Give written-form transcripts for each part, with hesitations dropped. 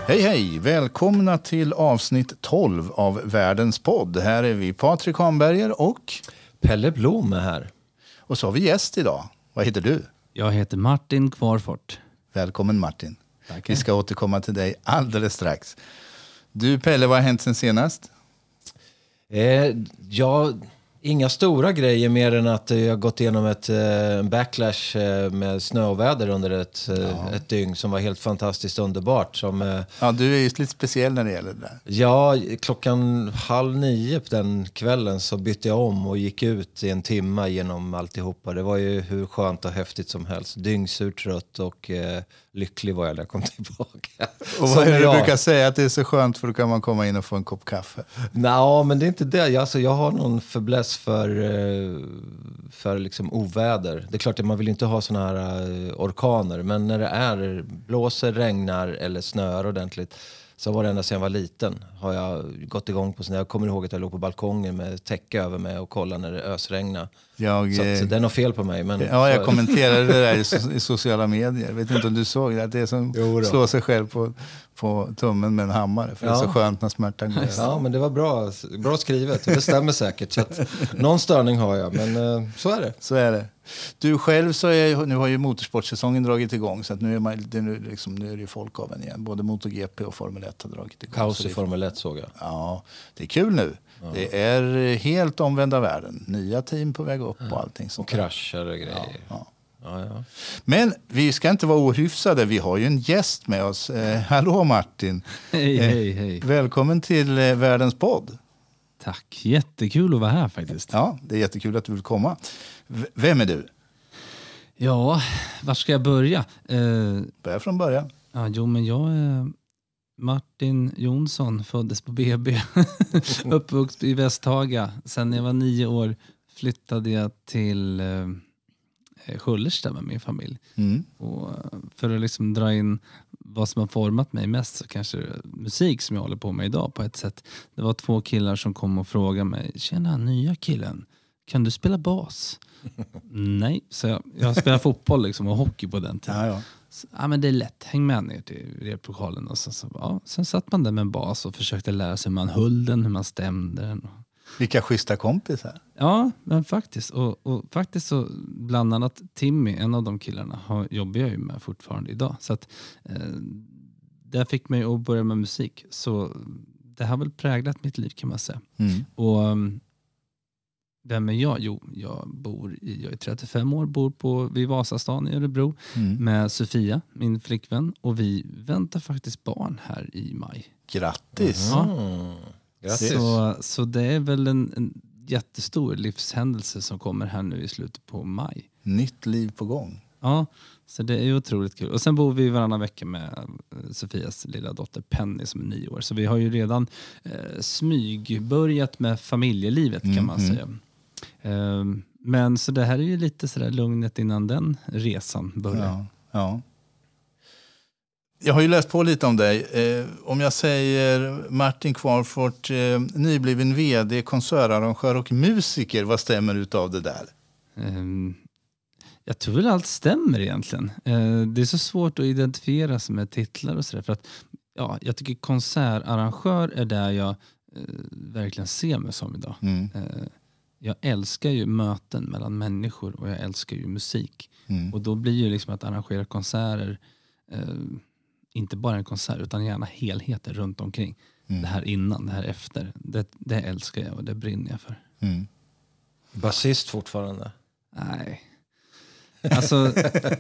Hej hej! Välkomna till avsnitt 12 av Världens podd. Här är vi Patrik Hanberger och Pelle Blom är här. Och så har vi gäst idag. Vad heter du? Jag heter Martin Kvarfort. Välkommen Martin. Tack. Vi ska återkomma till dig alldeles strax. Du Pelle, vad har hänt sen senast? Inga stora grejer mer än att jag har gått igenom ett backlash med snöväder under ett dygn som var helt fantastiskt underbart. Ja, du är ju lite speciell när det gäller det där. Ja, 8:30 på den kvällen så bytte jag om och gick ut i en timme genom alltihopa. Det var ju hur skönt och häftigt som helst. Dyngsurt, trött och lycklig var jag när jag kom tillbaka. Och vad är det du brukar säga att det är så skönt för då kan man komma in och få en kopp kaffe? Nej, men det är inte det. Jag har någon fäbless för liksom oväder. Det är klart att man vill inte ha såna här orkaner, men när det blåser, regnar eller snöar ordentligt, så var det ända sedan jag var liten har jag gått igång på såna. Jag kommer ihåg att jag låg på balkongen med täcke över mig och kollade när det ösregnade. Så det är något fel på mig. Men ja, jag kommenterade det där i sociala medier. Jag vet inte om du såg det. Det är som slår sig själv på tummen med en hammare. För det är så skönt när smärtan går. Ja, men det var bra skrivet. Det stämmer säkert. Så att, någon störning har jag, men så är det. Så är det. Du själv nu har ju motorsportsäsongen dragit igång. Så att nu är det ju folk av en igen. Både MotoGP och Formel 1 har dragit igång. Kaos i Formel 1 såg jag. Ja, det är kul nu. Ja. Det är helt omvända världen. Nya team på väg upp och allting sånt. Och kraschar och grejer. Ja. Ja. Men vi ska inte vara ohyfsade. Vi har ju en gäst med oss. Hallå Martin. Hej. Välkommen till Världens podd. Tack, jättekul att vara här faktiskt. Ja, det är jättekul att du vill komma. Vem är du? Ja, var ska jag börja? Börja från början. Ja, men jag är Martin Jonsson, föddes på BB. Uppvuxen i Västhaga. Sen när jag var 9 år flyttade jag till Sköllersta med min familj. Och för att liksom dra in vad som har format mig mest, så kanske musik som jag håller på med idag på ett sätt. Det var 2 killar som kom och frågade mig: tjena, nya killen, kan du spela bas? Nej, så jag spelar fotboll liksom, och hockey på den tiden. Ja. Så, men det är lätt, häng med ner till replokalen. Och sen satt man där med en bas och försökte lära sig hur man höll den, hur man stämde den. Vilka schyssta kompisar. Ja, men faktiskt. Och faktiskt så, bland annat Timmy, en av de killarna, jobbar jag ju med fortfarande idag. Så att där fick mig att börja med musik. Så det har väl präglat mitt liv, kan man säga. Och vem är jag? Jo, jag är 35 år, bor vid Vasastan i Örebro med Sofia, min flickvän. Och vi väntar faktiskt barn här i maj. Grattis! Grattis. Så det är väl en jättestor livshändelse som kommer här nu i slutet på maj. Nytt liv på gång. Ja, så det är ju otroligt kul. Och sen bor vi varannan vecka med Sofias lilla dotter Penny som är 9 år. Så vi har ju redan smygbörjat med familjelivet, kan man säga. Men så det här är ju lite sådär lugnet innan den resan börjar. Ja. Jag har ju läst på lite om dig. Om jag säger Martin Kvarfort, nybliven vd, konsertarrangör och musiker, vad stämmer utav det där? Jag tror väl allt stämmer egentligen. Det är så svårt att identifiera sig med titlar och sådär. För att jag tycker konsertarrangör är där jag verkligen ser mig som idag. Jag älskar ju möten mellan människor och jag älskar ju musik. Och då blir ju liksom att arrangera konserter, inte bara en konsert utan gärna helheter runt omkring. Det här innan, det här efter. Det älskar jag och det brinner jag för. Basist fortfarande? Nej. Alltså,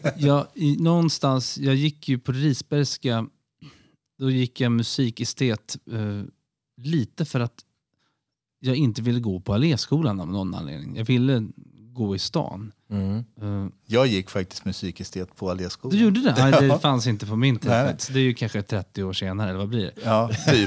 jag gick ju på Risbergska, då gick jag musikestet lite för att jag inte ville gå på Alléskolan av någon anledning. Jag ville gå i stan. Jag gick faktiskt musikestet på Alléskolan. Du gjorde det? Nej, det fanns inte på min tid. Det är ju kanske 30 år senare, eller vad blir det? Ja, typ.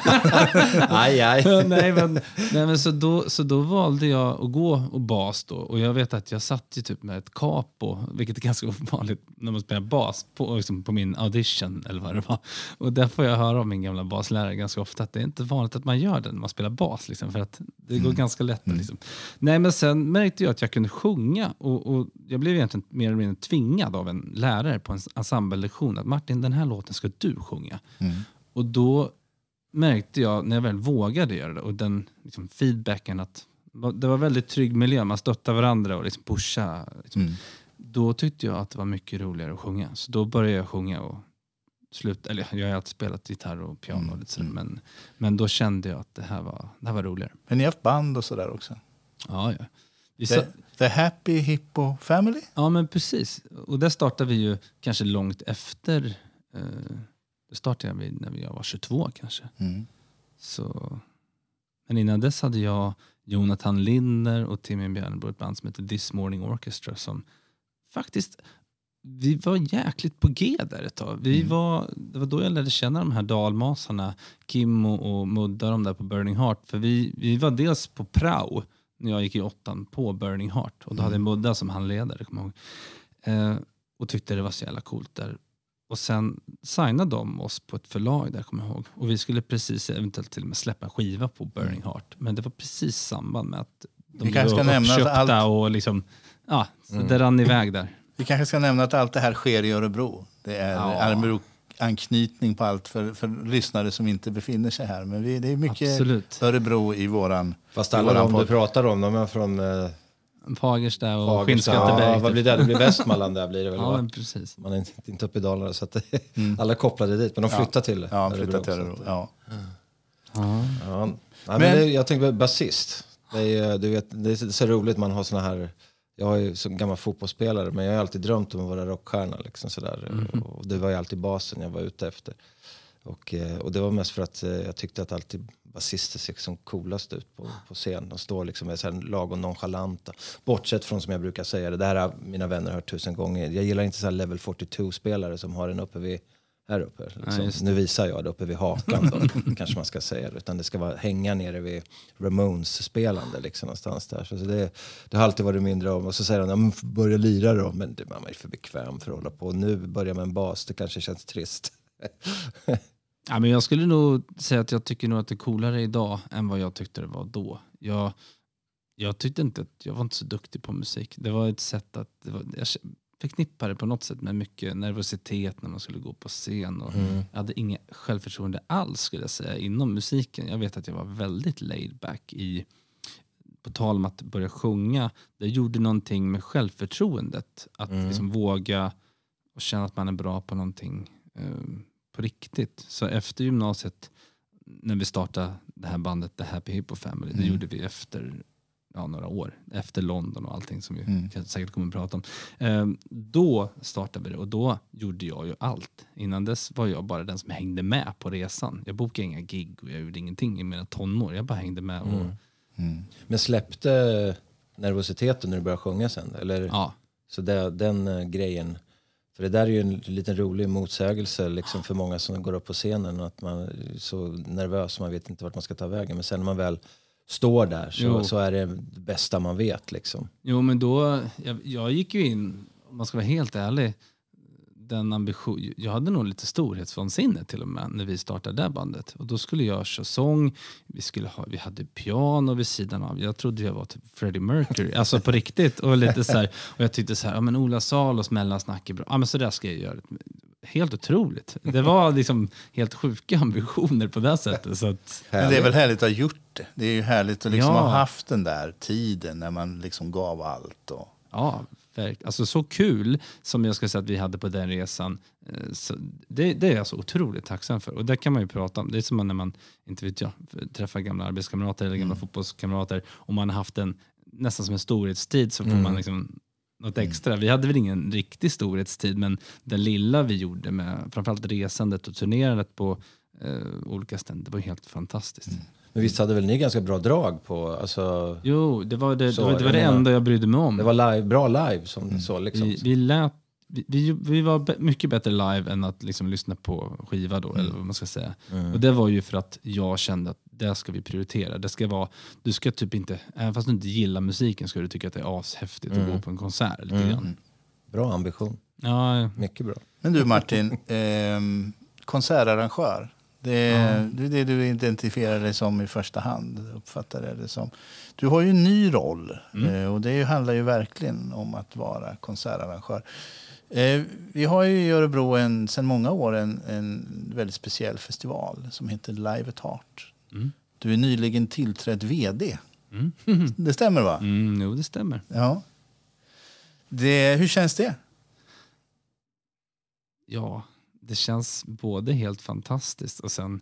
Aj. Nej, men så då valde jag att gå och bas då. Och jag vet att jag satt ju typ med ett capo, vilket är ganska vanligt när man spelar bas på min audition eller vad det var. Och där får jag höra av min gamla baslärare ganska ofta att det är inte vanligt att man gör det när man spelar bas. Liksom, för att det går ganska lätt. Liksom. Nej, men sen märkte jag att jag kunde sjunga och jag blev egentligen mer eller mindre tvingad av en lärare på en ensemble-lektion att Martin, den här låten ska du sjunga. Och då märkte jag när jag väl vågade göra det och den liksom, feedbacken att det var väldigt trygg miljö, man stöttade varandra och liksom pusha. Liksom. Då tyckte jag att det var mycket roligare att sjunga. Så då började jag sjunga och eller jag har alltid spelat gitarr och piano och lite sådär, men då kände jag att det här var roligare. Men ni har haft band och sådär också? Ja. The Happy Hippo Family? Ja, men precis. Och där startade vi ju kanske långt efter. Det startade vi när jag var 22 kanske. Så, men innan dess hade jag Jonathan Lindner och Timmy Björnebro ett band som heter This Morning Orchestra som faktiskt, vi var jäkligt på G där ett tag. Det var då jag lärde känna de här dalmasarna, Kim och Mudda, de där på Burning Heart. För vi var dels på prao när jag gick i 8:an på Burning Heart. Och då hade Mudda som handledare, kommer jag ihåg. Och tyckte det var så jävla coolt där. Och sen signade de oss på ett förlag där, kommer jag ihåg. Och vi skulle precis eventuellt till och med släppa en skiva på Burning Heart. Men det var precis samband med att de blev uppköpta och liksom, ja, så det rann iväg där. Vi kanske ska nämna att allt det här sker i Örebro. Det är Örebro-anknytning på allt för lyssnare som inte befinner sig här. Men det är mycket Absolut. Örebro i våran... Fast alla de du pratar om, de är från... Fagersta och Skinnskatteberg. Ja, vad blir det? Det blir Västmanland där blir det väl? Ja, men precis. Man är inte uppe i Dalarna så att alla kopplade dit. Men de flyttar till det. Ja, flyttar till Örebro. Ja. Men jag tänker basist. Du vet, det är så roligt man har såna här... Jag är ju som gammal fotbollsspelare, men jag har alltid drömt om att vara rockstjärna. Liksom sådär. Och det var ju alltid basen jag var ute efter. Och det var mest för att jag tyckte att alltid basister ser som coolast ut på scen. De står liksom med så här lagom nonchalanta. Bortsett från, som jag brukar säga, det här har mina vänner hört 1000 gånger. Jag gillar inte så här level 42-spelare som har den uppe vid... Här uppe. Liksom. Ja, nu visar jag det uppe vid hakan då, kanske man ska säga det. Utan det ska vara hänga nere vid Ramones spelande liksom, någonstans där. Så det har alltid varit mindre om. Och så säger de, börja lira då. Men man är för bekväm för att hålla på. Nu börja med en bas, det kanske känns trist. Ja, men jag skulle nog säga att jag tycker nog att det är coolare idag än vad jag tyckte det var då. Jag tyckte inte att jag var inte så duktig på musik. Det var ett sätt att... jag förknippade det på något sätt med mycket nervositet när man skulle gå på scen. Och jag hade inget självförtroende alls, skulle jag säga, inom musiken. Jag vet att jag var väldigt laid back på tal om att börja sjunga. Det gjorde någonting med självförtroendet. Att liksom våga och känna att man är bra på någonting på riktigt. Så efter gymnasiet, när vi startade det här bandet The Happy Hippo Family, det gjorde vi efter några år. Efter London och allting som vi säkert kommer att prata om. Då startade vi det och då gjorde jag ju allt. Innan dess var jag bara den som hängde med på resan. Jag bokade inga gig och jag gjorde ingenting i mina tonår. Jag bara hängde med. Men släppte nervositeten när du började sjunga sen? Eller? Ja. Så den grejen... För det där är ju en liten rolig motsägelse liksom, för många som går upp på scenen. Att man är så nervös, man vet inte vart man ska ta vägen. Men sen när man väl står där så är det bästa man vet. Liksom. Jo, men då... Jag gick ju in, om man ska vara helt ärlig, den ambition... Jag hade nog lite storhetsvansinne till och med när vi startade det bandet. Och då skulle jag köra sång. Vi hade piano vid sidan av. Jag trodde jag var typ Freddie Mercury. Alltså på riktigt. Och lite så här, och jag tyckte så här, ja men Ola Salos mellansnack är bra. Ja men så där ska jag göra. Helt otroligt. Det var liksom helt sjuka ambitioner på det sättet. Så att, men det är väl härligt att ha gjort det. Det är ju härligt att liksom ha haft den där tiden när man liksom gav allt. Och... Ja, alltså så kul som jag ska säga att vi hade på den resan. Så det är jag så otroligt tacksam för. Och det kan man ju prata om. Det är som när man, inte vet jag, träffar gamla arbetskamrater eller gamla fotbollskamrater. Om man har haft en nästan som en storhetstid så får man liksom något extra. Vi hade väl ingen riktig storhetstid, men den lilla vi gjorde med framförallt resandet och turnerandet på olika ställen, det var helt fantastiskt. Men visst hade väl ni ganska bra drag på... Alltså, jo, det var det enda jag brydde mig om. Det var bra live som så liksom. Vi var mycket bättre live än att liksom lyssna på skiva då, eller vad man ska säga. Och det var ju för att jag kände att det ska vi prioritera. Det ska vara, du ska typ inte, även fast du inte gillar musiken, ska du tycka att det är ashäftigt att gå på en konsert lite grann. Bra ambition. Ja. Mycket bra. Men du Martin, konsertarrangör. Det är det du identifierar dig som i första hand, uppfattar det som. Du har ju en ny roll och det handlar ju verkligen om att vara konsertarrangör. Vi har ju i Örebro sedan många år en väldigt speciell festival som heter Live at Heart. Mm. Du är nyligen tillträdd vd. Mm. Det stämmer, va? Jo, det stämmer. Ja. Hur känns det? Ja, det känns både helt fantastiskt och sen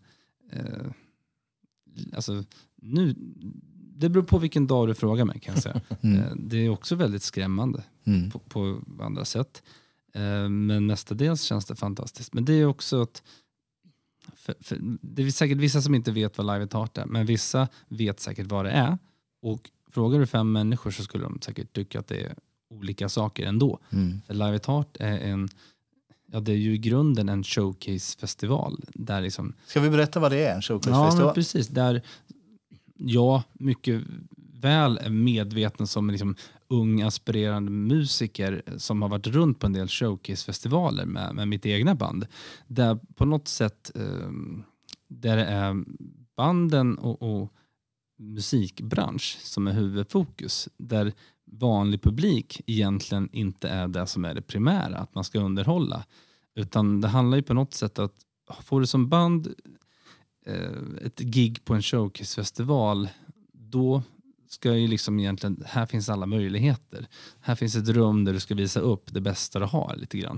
alltså nu, det beror på vilken dag du frågar mig, kan jag säga. Det är också väldigt skrämmande på andra sätt. Men mestadels känns det fantastiskt. Men det är också att för det är säkert vissa som inte vet vad Live at Heart är, men vissa vet säkert vad det är. Och frågar du 5 människor så skulle de säkert tycka att det är olika saker ändå. För Live at Heart är det är ju i grunden en showcase-festival. Där liksom, ska vi berätta vad det är, en showcase-festival? Ja, men precis. Där jag mycket väl är medveten som liksom ung aspirerande musiker som har varit runt på en del showcase-festivaler med mitt egna band. Där på något sätt där det är banden och musikbransch som är huvudfokus. Där vanlig publik egentligen inte är det som är det primära, att man ska underhålla. Utan det handlar ju på något sätt att får du som band ett gig på en showcase-festival, då ska ju liksom egentligen, här finns alla möjligheter. Här finns ett rum där du ska visa upp det bästa du har lite grann.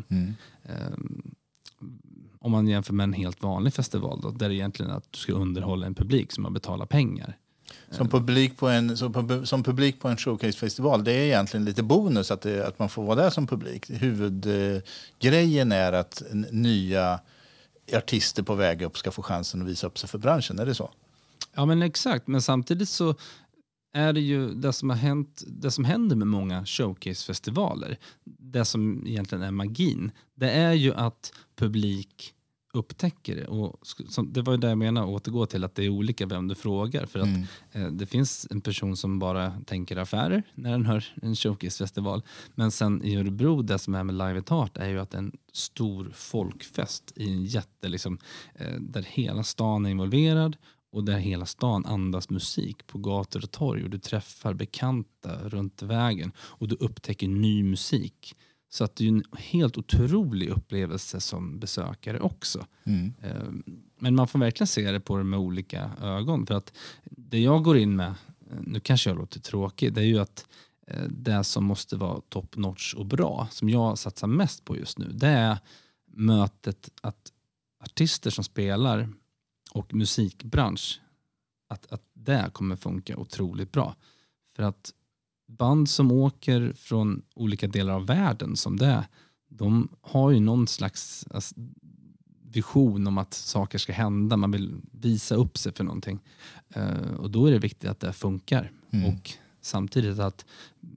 Om man jämför med en helt vanlig festival då, där det egentligen är att du ska underhålla en publik som har betalat pengar. Som publik på en showcase-festival, det är egentligen lite bonus att man får vara där som publik. Huvudgrejen är att nya artister på väg upp ska få chansen att visa upp sig för branschen, är det så? Ja, men exakt. Men samtidigt så är det ju det som händer med många showcase-festivaler, det som egentligen är magin, det är ju att publik upptäcker det. Och det var ju det jag menar, återgå till att det är olika vem du frågar. För att det finns en person som bara tänker affärer när den hör en showcase-festival. Men sen i Örebro, det som är med Live at Heart är ju att en stor folkfest i en jätte, liksom, där hela stan är involverad och där hela stan andas musik på gator och torg. Och du träffar bekanta runt vägen och du upptäcker ny musik. Så att det är en helt otrolig upplevelse som besökare också. Men man får verkligen se det på det med olika ögon. För att det jag går in med, nu kanske jag låter tråkig, det är ju att det som måste vara top notch och bra, som jag satsar mest på just nu, det är mötet att artister som spelar och musikbransch, att det kommer funka otroligt bra. För att band som åker från olika delar av världen som det är, de har ju någon slags vision om att saker ska hända. Man vill visa upp sig för någonting. Och då är det viktigt att det funkar. Och samtidigt att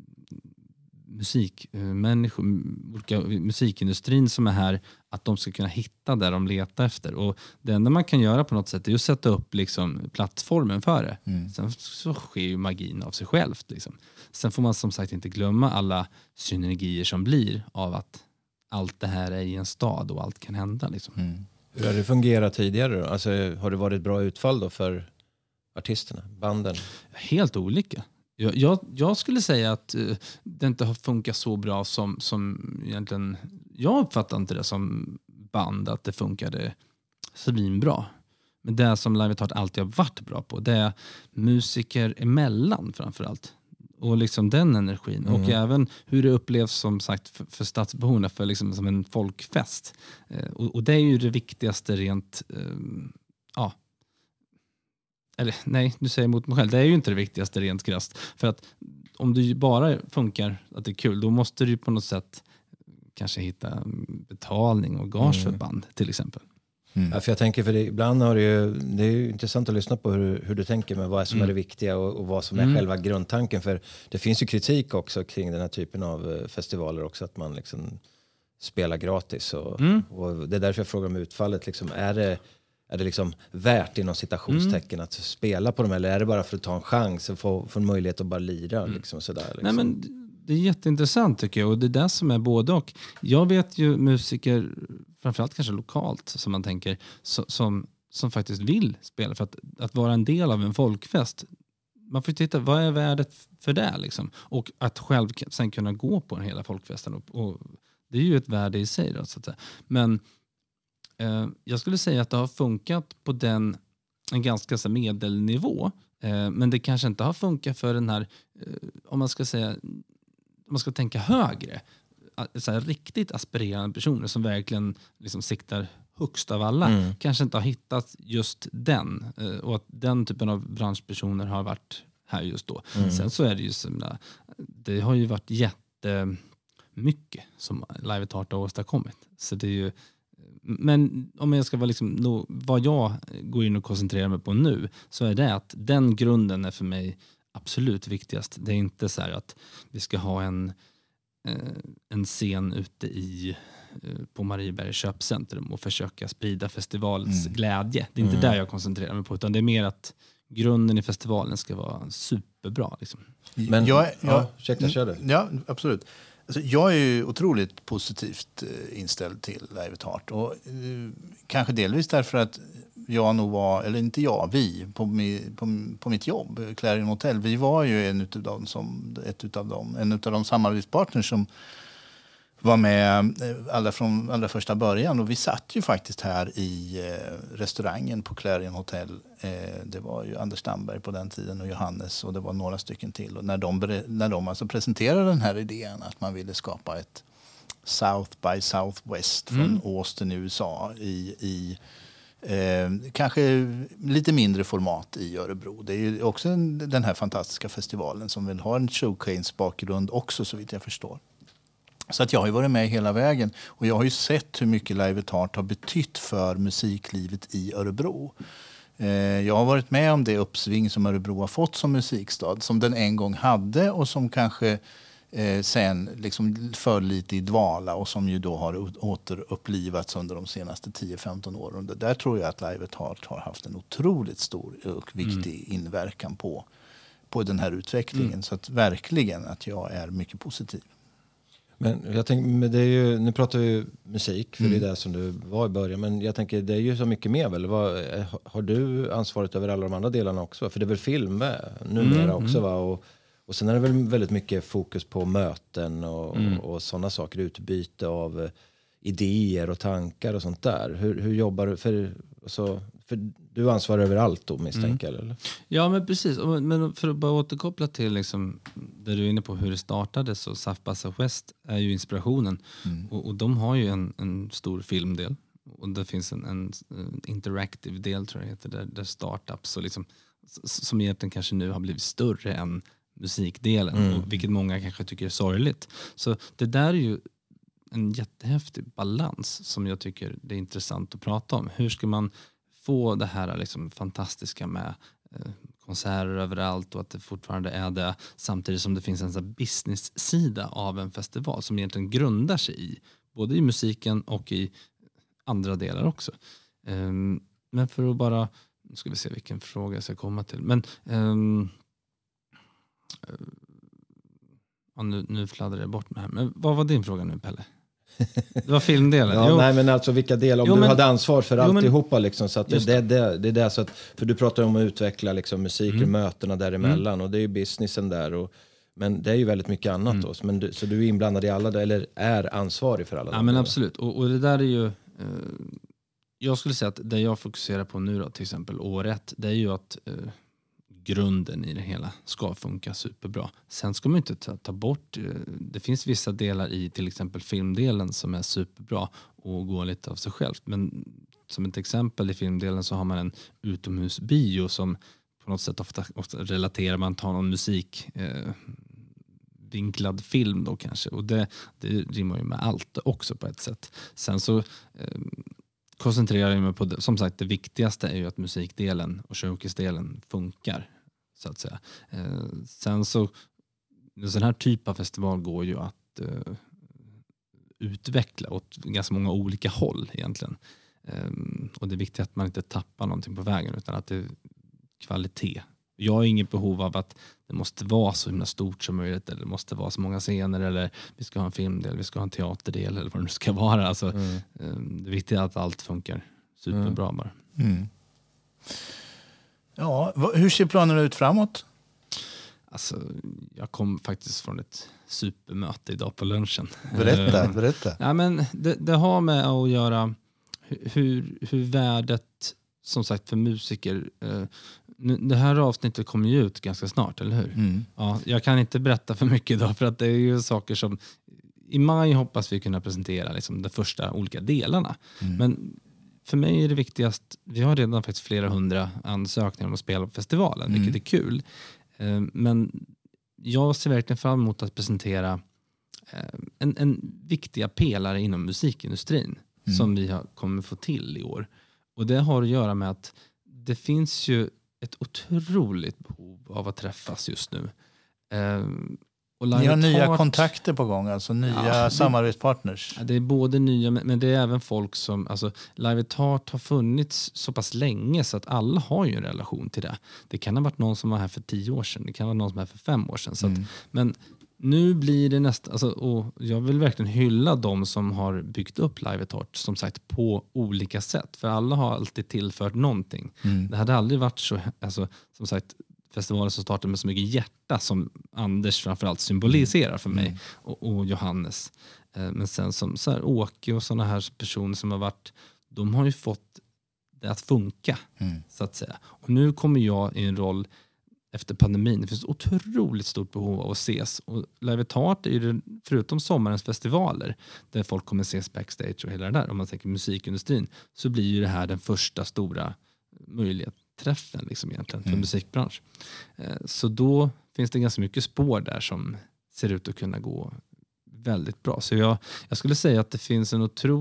musikindustrin som är här, att de ska kunna hitta där de letar efter. Och det enda man kan göra på något sätt är att sätta upp liksom plattformen för det. Sen så sker ju magin av sig självt. Liksom. Sen får man som sagt inte glömma alla synergier som blir av att allt det här är i en stad och allt kan hända. Liksom. Hur har det fungerat tidigare då? Alltså, har det varit bra utfall då för artisterna, banden? Helt olika. Jag skulle säga att det inte har funkat så bra som egentligen... Jag uppfattar inte det som band att det funkade svinbra. Men det som Live at Heart alltid har varit bra på, det är musiker emellan framförallt. Och liksom den energin. Och även hur det upplevs som sagt för stadsborna, för liksom som en folkfest. Och det är ju det viktigaste rent... Eller nej, du säger emot mig själv. Det är ju inte det viktigaste rent krasst. För att om du bara funkar att det är kul, då måste du på något sätt kanske hitta betalning och gage för band till exempel. Ja, för jag tänker, för ibland har det är ju intressant att lyssna på hur du tänker med vad som är det viktiga och vad som är själva grundtanken. För det finns ju kritik också kring den här typen av festivaler också, att man liksom spelar gratis. Och det är därför jag frågar om utfallet. Liksom, är det liksom värt inom citationstecken att spela på dem, eller är det bara för att ta en chans och få en möjlighet att bara lira? Liksom, sådär, liksom. Nej, men det är jätteintressant tycker jag, och det är det som är både och. Jag vet ju musiker, framförallt kanske lokalt som man tänker, som faktiskt vill spela för att vara en del av en folkfest. Man får titta, vad är värdet för det liksom? Och att själv sen kunna gå på en hela folkfesten och det är ju ett värde i sig då, så att säga. Men Jag skulle säga att det har funkat på en ganska så medelnivå. Men det kanske inte har funkat för den här, om man ska tänka högre, så här, riktigt aspirerande personer som verkligen liksom siktar högst av alla, kanske inte har hittat just den. Och att den typen av branschpersoner har varit här just då. Sen så är det ju det har ju varit jättemycket som Live at Heart har åstadkommit. Så det är ju, men om jag ska vara liksom, vad jag går in och koncentrerar mig på nu, så är det att den grunden är för mig absolut viktigast. Det är inte så här att vi ska ha en scen ute på Marieberg köpcentrum och försöka sprida festivalens glädje. Det är inte där jag koncentrerar mig på, utan det är mer att grunden i festivalen ska vara superbra. Liksom. Men kör det. Ja, absolut. Alltså, jag är ju otroligt positivt inställd till Live at Heart. Och kanske delvis därför att jag nog var, eller inte jag, vi på mitt jobb, Clarion Hotel, vi var ju en av de samarbetspartners som var med från allra första början. Och vi satt ju faktiskt här i restaurangen på Clarion Hotel. Det var ju Anders Stamberg på den tiden och Johannes, och det var några stycken till. Och när de alltså presenterade den här idén att man ville skapa ett South by Southwest från Austin i USA i kanske lite mindre format i Örebro. Det är ju också den här fantastiska festivalen som vill ha en showcase-bakgrund också, så vitt jag förstår. Så att jag har ju varit med hela vägen, och jag har ju sett hur mycket Live at Heart har betytt för musiklivet i Örebro. Jag har varit med om det uppsving som Örebro har fått som musikstad, som den en gång hade och som kanske sen liksom föll lite i dvala, och som ju då har återupplivats under de senaste 10-15 åren. Där tror jag att Live at Heart har haft en otroligt stor och viktig inverkan på den här utvecklingen. Så att verkligen att jag är mycket positiv. Men jag tänker, det är ju, nu pratar vi musik, för det är det som du var i början. Men jag tänker, det är ju så mycket mer väl. Har du ansvaret över alla de andra delarna också? För det är väl film numera också, va? Och sen är det väl väldigt mycket fokus på möten och sådana saker. Utbyte av idéer och tankar och sånt där. Hur jobbar du? För du ansvarar över allt då, misstänker eller? Ja, men precis. Men för att bara återkoppla till liksom, där du är inne på hur det startade, så South by Southwest är ju inspirationen. Och de har ju en stor filmdel. Och det finns en interactive del, tror jag heter, där startups och liksom, som egentligen kanske nu har blivit större än musikdelen, och vilket många kanske tycker är sorgligt. Så det där är ju en jättehäftig balans som jag tycker det är intressant att prata om. Hur ska man få det här liksom fantastiska med konserter överallt, och att det fortfarande är det, samtidigt som det finns en sån business-sida av en festival som egentligen grundar sig i både i musiken och i andra delar också. Men för att bara, nu ska vi se vilken fråga jag ska komma till. Men nu fladdrar jag bort med här. Men vad var din fråga nu, Pelle? Det var filmdelen. Ja, nej, men alltså vilka delar, om du hade ansvar för alltihopa liksom, så att det är det, så att, för du pratar om att utveckla liksom musiken, mötena däremellan, och det är ju businessen där, men det är ju väldigt mycket annat då, men så du är inblandad i alla, eller är ansvarig för alla. Ja, men absolut, och det där är ju jag skulle säga att det jag fokuserar på nu då, till exempel året, det är ju att grunden i det hela ska funka superbra. Sen ska man inte ta bort, det finns vissa delar i till exempel filmdelen som är superbra och går lite av sig självt. Men som ett exempel i filmdelen så har man en utomhusbio som på något sätt ofta relaterar man till någon musik vinklad film då kanske. Och det rimmar ju med allt också på ett sätt. Sen så koncentrerar jag mig på det. Som sagt, det viktigaste är ju att musikdelen och showcase-delen funkar, så att säga. Sen så, en sån här typ av festival går ju att utveckla åt ganska många olika håll egentligen. Och det är viktigt att man inte tappar någonting på vägen, utan att det är kvalitet. Jag har inget behov av att det måste vara så himla stort som möjligt, eller det måste vara så många scener, eller vi ska ha en filmdel, vi ska ha en teaterdel, eller vad det nu ska vara. Alltså, det är viktigt att allt funkar superbra bara. Ja, hur ser planerna ut framåt? Alltså, jag kom faktiskt från ett supermöte idag på lunchen. Berätta. Ja, men det har med att göra hur värdet, som sagt, för musiker... det här avsnittet kommer ju ut ganska snart, eller hur? Mm. Ja, jag kan inte berätta för mycket idag, för att det är ju saker som... I maj hoppas vi kunna presentera liksom de första olika delarna. Men för mig är det viktigast... Vi har redan faktiskt flera 100 ansökningar om att spela på festivalen, vilket är kul. Men jag ser verkligen fram emot att presentera en viktiga pelare inom musikindustrin som vi kommer få till i år. Och det har att göra med att det finns ju ett otroligt behov av att träffas just nu. Och ni har nya kontakter på gång, alltså nya samarbetspartners. Det är både nya, men det är även folk som... Alltså, Live at Heart har funnits så pass länge så att alla har ju en relation till det. Det kan ha varit någon som var här för 10 år sedan. Det kan vara någon som var här för 5 år sedan. Så att, men nu blir det nästan... Alltså, och jag vill verkligen hylla de som har byggt upp Live at Heart, som sagt, på olika sätt. För alla har alltid tillfört någonting. Det hade aldrig varit så... Alltså, som sagt, festivalen som startade med så mycket hjärta som Anders framförallt symboliserar för mig och Johannes. Men sen som så här, Åke och sådana här personer som har varit, de har ju fått det att funka, så att säga. Och nu kommer jag i en roll efter pandemin. Det finns ett otroligt stort behov av att ses. Och Live at Heart är ju, förutom sommarens festivaler där folk kommer ses backstage och hela det där, om man tänker musikindustrin, så blir ju det här den första stora träffen liksom egentligen för musikbransch. Så då finns det ganska mycket spår där som ser ut att kunna gå väldigt bra. Så jag skulle säga att det finns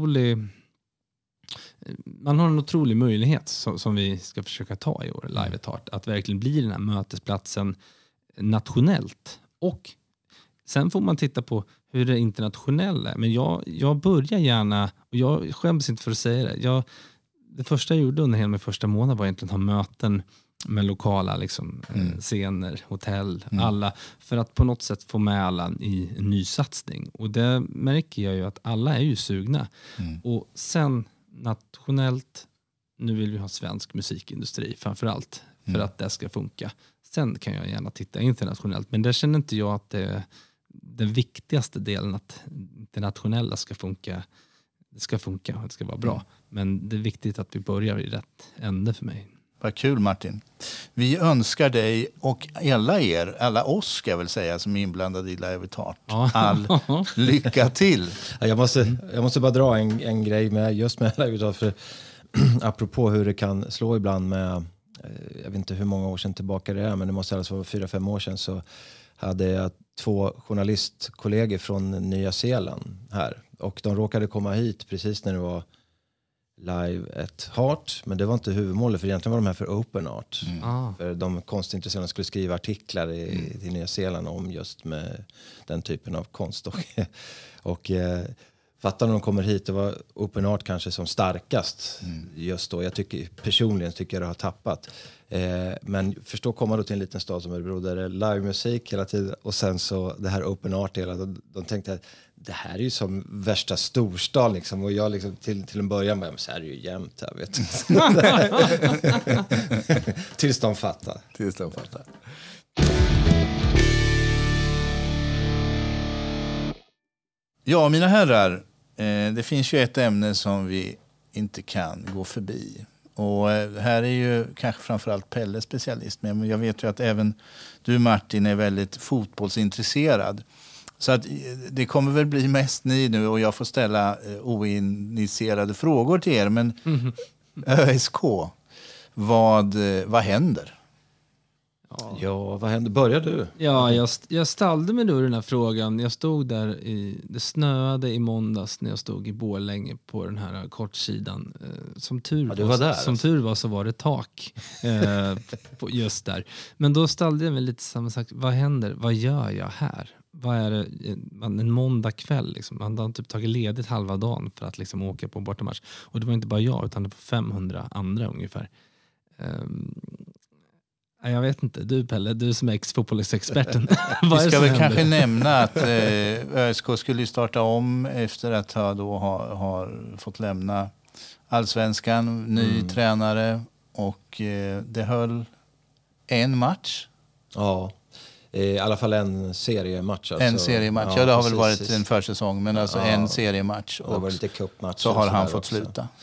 man har en otrolig möjlighet som vi ska försöka ta i år, Live at Heart, att verkligen bli den här mötesplatsen nationellt. Och sen får man titta på hur det internationella är. Men jag börjar gärna, och jag skäms inte för att säga det, det första jag gjorde under hela min första månad var egentligen att ha möten med lokala liksom, scener, hotell, alla. För att på något sätt få med alla i en ny satsning. Och det märker jag ju att alla är ju sugna. Och sen nationellt, nu vill vi ha svensk musikindustri framförallt. För att det ska funka. Sen kan jag gärna titta internationellt. Men där känner inte jag att det är den viktigaste delen, att internationella ska funka. Det ska funka och det ska vara bra. Men det är viktigt att vi börjar i rätt ände för mig. Vad kul, Martin. Vi önskar dig och alla oss ska jag väl säga, som är inblandade i Live at Heart, all lycka till. Jag måste bara dra en grej med just med Live at Heart, för apropå hur det kan slå ibland med, jag vet inte hur många år sedan tillbaka det är, men det måste alltså vara 4-5 år sedan, så hade jag 2 journalistkollegor från Nya Zeeland här. Och de råkade komma hit precis när det var Live at Heart. Men det var inte huvudmålet, för egentligen var de här för Open Art. För de konstintresserade skulle skriva artiklar i Nya Zeeland om just med den typen av konst. Och fattar när de kommer hit, det var Open Art kanske som starkast just då. Personligen tycker jag det har tappat. Men förstå komma då till en liten stad som Örebro där det är livemusik hela tiden, och sen så det här Open Art hela. De tänkte att det här är ju som värsta storstad liksom, och jag liksom till en början bara, så här är det ju jämt här, vet du. Tills de fattar. Ja, mina herrar, det finns ju ett ämne som vi inte kan gå förbi. Och här är ju kanske framförallt Pelle specialist med, men jag vet ju att även du, Martin, är väldigt fotbollsintresserad. Så att det kommer väl bli mest ni nu, och jag får ställa oinitierade frågor till er. Men ÖSK, vad händer? Ja, vad händer? Börjar du? Ja, jag ställde mig då den här frågan. Jag stod där, det snöade i måndags när jag stod i Borlänge på den här kortsidan. Som tur var så var det tak just där. Men då ställde jag mig lite samma sak. Vad händer? Vad gör jag här? Vad är det? En måndag kväll liksom. Man har typ tagit ledigt halva dagen för att liksom åka på bortamatch. Och det var inte bara jag, utan det var 500 andra ungefär. Jag vet inte. Du, Pelle, du som är ex-fotbollsexperten. Vi ska väl kanske nämna att ÖSK skulle starta om efter att har fått lämna Allsvenskan, ny tränare, och det höll en match. Ja, i alla fall en seriematch. Alltså. En seriematch, ja, det har väl varit en försäsong, men alltså en seriematch. Och det var lite cupmatch. Så har han fått sluta.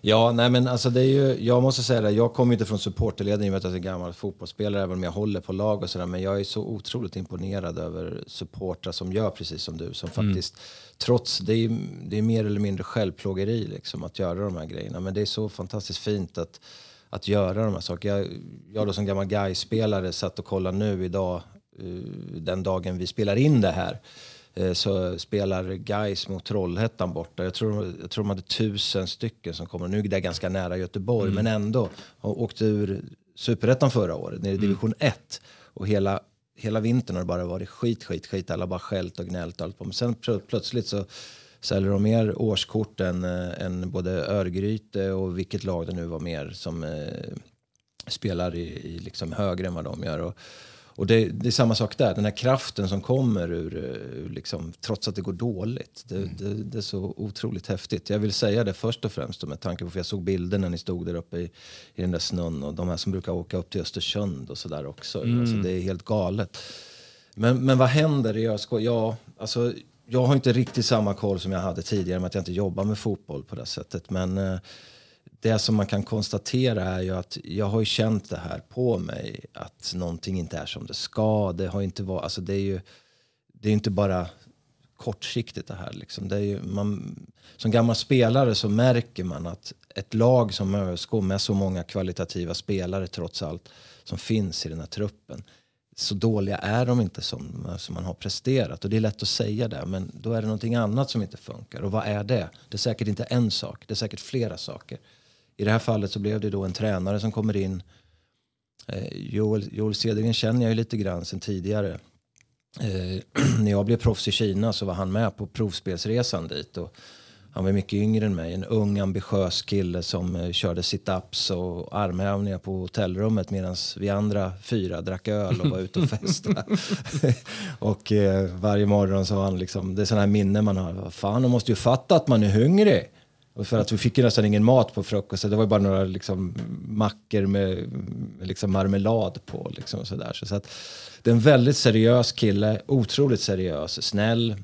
Ja, nej men alltså det är ju, jag måste säga det, jag kommer inte från supporterledning, jag vet att jag är gammal fotbollsspelare, även om jag håller på lag och sådär, men jag är så otroligt imponerad över supportrar som gör precis som du, som faktiskt, trots, det är mer eller mindre självplågeri liksom, att göra de här grejerna, men det är så fantastiskt fint att göra de här sakerna. Jag då som gammal Gais-spelare satt och kollade nu idag, den dagen vi spelar in det här, så spelar Gais mot Trollhättan borta. Jag tror de hade 1000 stycken som kommer. Nu är det ganska nära Göteborg, men ändå åkte ur Superettan förra året, ner i division 1. Och hela vintern har det bara varit skit. Alla bara skällt och gnällt och allt på. Men sen plötsligt så säljer de mer årskort än både Örgryte och vilket lag det nu var mer som spelar i liksom högre än vad de gör. Och det är samma sak där. Den här kraften som kommer ur liksom, trots att det går dåligt. Det är så otroligt häftigt. Jag vill säga det först och främst med tanke på, för jag såg bilder när ni stod där uppe i den där snön. Och de här som brukar åka upp till Östersund och sådär också. Alltså, det är helt galet. Men vad händer i ÖSK? Jag har inte riktigt samma koll som jag hade tidigare med att jag inte jobbar med fotboll på det sättet. Men det som man kan konstatera är ju att jag har ju känt det här på mig, att någonting inte är som det ska. Det har inte varit, alltså det är inte bara kortsiktigt det här liksom. Det är ju, som gammal spelare så märker man att ett lag som ÖSK med så många kvalitativa spelare trots allt som finns i den här truppen, så dåliga är de inte som man har presterat. Och det är lätt att säga det, men då är det någonting annat som inte funkar. Och vad är det? Det är säkert inte en sak, det är säkert flera saker. I det här fallet så blev det då en tränare som kommer in. Joel Cedergren känner jag ju lite grann sedan tidigare. När jag blev proffs i Kina så var han med på provspelsresan dit. Och han var mycket yngre än mig. En ung, ambitiös kille som körde sit-ups och armhävningar på hotellrummet medan vi andra 4 drack öl och var ute och festade. Och varje morgon så var han liksom, det är sådana här minnen man har. Fan, de måste ju fatta att man är hungrig. Och för att vi fick ju nästan ingen mat på frukost. Det var ju bara några liksom mackor med liksom marmelad på. Liksom så att det är en väldigt seriös kille. Otroligt seriös, snäll.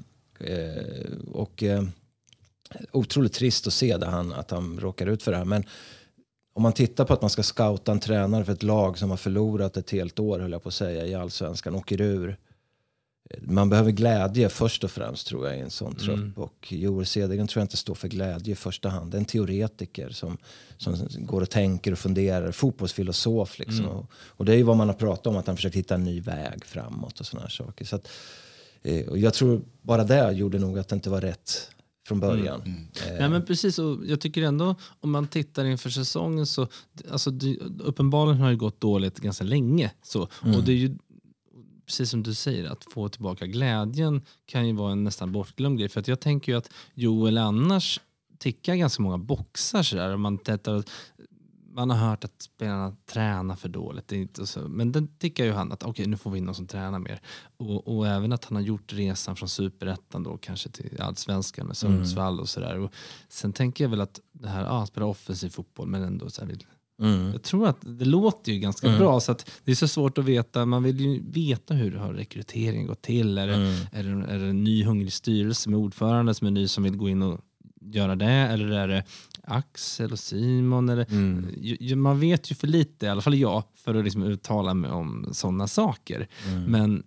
Och otroligt trist att se att han råkar ut för det här. Men om man tittar på att man ska scouta en tränare för ett lag som har förlorat ett helt år, höll jag på att säga, i Allsvenskan, åker ur. Man behöver glädje först och främst, tror jag, i en sån trupp. Och Joel Cedergren tror jag inte står för glädje i första hand. Det är en teoretiker som går och tänker och funderar. Fotbollsfilosof liksom. Och det är ju vad man har pratat om, att han försöker hitta en ny väg framåt och såna här saker. Så att, och jag tror bara det gjorde nog att det inte var rätt från början. Nej, men precis, och jag tycker ändå om man tittar inför säsongen så alltså, uppenbarligen har det gått dåligt ganska länge. Så. Och det är ju precis som du säger, att få tillbaka glädjen kan ju vara en nästan bortglömd grej. För att jag tänker ju att Joel annars tickar ganska många boxar så där. Man har hört att spelarna tränar för dåligt. Det är inte så. Men den tickar ju han att okej, nu får vi in någon som tränar mer. Och även att han har gjort resan från Superettan då kanske till Allsvenskan med Sundsvall och sådär. Och sen tänker jag väl att det här, han spelar offensiv fotboll men ändå så här jag tror att det låter ju ganska bra, så att det är så svårt att veta. Man vill ju veta hur har rekryteringen gått till. Är det en ny hungrig styrelse med ordförande som är ny som vill gå in och göra det? Eller är det Axel och Simon? Eller, man vet ju för lite, i alla fall jag, för att liksom uttala mig om sådana saker. Men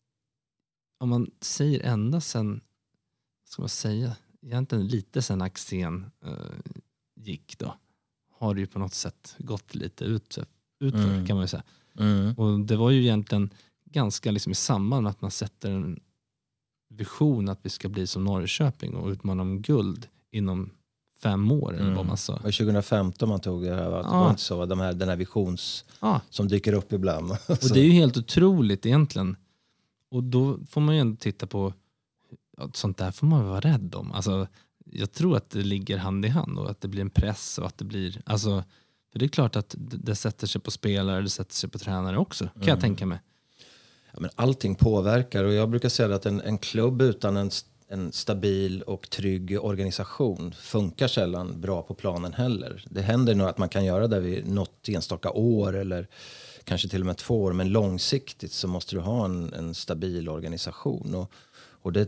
om man säger ända sen, ska man säga, egentligen lite sen Axén gick då, har det ju på något sätt gått lite utför kan man ju säga. Och det var ju egentligen ganska liksom i samband med att man sätter en vision att vi ska bli som Norrköping och utmana om guld inom 5 år eller vad man sa. Och 2015 man tog det här, det var inte så, den här visions som dyker upp ibland. Och det är ju helt otroligt egentligen. Och då får man ju ändå titta på sånt där får man vara rädd om. Alltså jag tror att det ligger hand i hand och att det blir en press och att det blir, alltså, för det är klart att det sätter sig på spelare, det sätter sig på tränare också, kan jag tänka mig. Ja, men allting påverkar, och jag brukar säga att en klubb utan en stabil och trygg organisation funkar sällan bra på planen heller. Det händer nog att man kan göra det vid något enstaka år eller kanske till och med 2 år, men långsiktigt så måste du ha en stabil organisation och det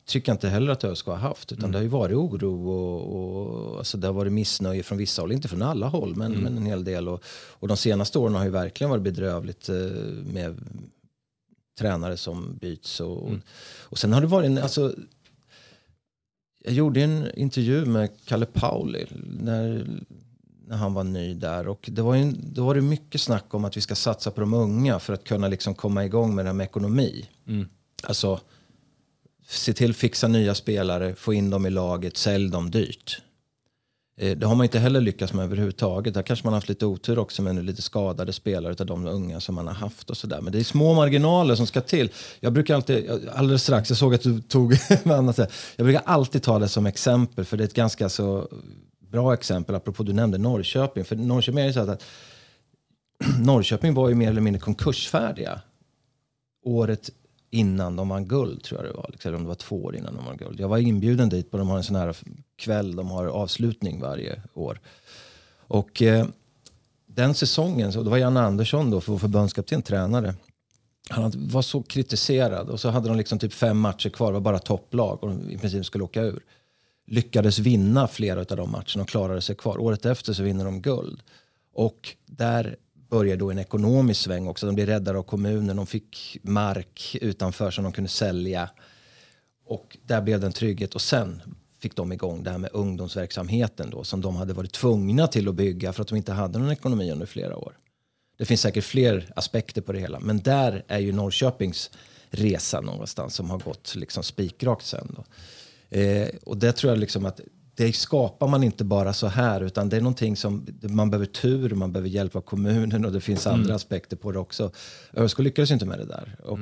tycker jag inte heller att ÖSK har haft. Utan det har ju varit oro och alltså det har varit missnöje från vissa håll. Inte från alla håll, men en hel del. Och de senaste åren har ju verkligen varit bedrövligt med tränare som byts. Och sen har det varit alltså, jag gjorde en intervju med Kalle Pauli när han var ny där. Och då var det mycket snack om att vi ska satsa på de unga för att kunna liksom komma igång med det här med ekonomi. Alltså se till fixa nya spelare, få in dem i laget, sälj dem dyrt. Det har man inte heller lyckats med överhuvudtaget. Där kanske man har haft lite otur också med lite skadade spelare utav de unga som man har haft och sådär. Men det är små marginaler som ska till. Jag brukar alltid, alldeles strax, jag såg att du tog med annat. Jag brukar alltid ta det som exempel, för det är ett ganska så bra exempel, apropå du nämnde Norrköping. För Norrköping är ju så att Norrköping var ju mer eller mindre konkursfärdiga året innan de vann guld, tror jag det var. Eller om det var 2 år innan de vann guld. Jag var inbjuden dit, de har en sån här kväll, de har avslutning varje år. Och den säsongen, så det var Janne Andersson då, för förbundskapten, tränare. Han var så kritiserad, och så hade de liksom typ 5 matcher kvar, det var bara topplag och de i princip skulle åka ur. Lyckades vinna flera av de matcherna och klarade sig kvar. Året efter så vinner de guld. Och där började då en ekonomisk sväng också. De blev räddade av kommunen. De fick mark utanför som de kunde sälja. Och där blev det en trygghet. Och sen fick de igång det här med ungdomsverksamheten då, som de hade varit tvungna till att bygga för att de inte hade någon ekonomi under flera år. Det finns säkert fler aspekter på det hela. Men där är ju Norrköpings resa någonstans som har gått liksom spikrakt sen då. Och det tror jag liksom att det skapar man inte bara så här, utan det är någonting som man behöver tur, man behöver hjälp av kommunen, och det finns andra aspekter på det också. ÖSK lyckades inte med det där. Och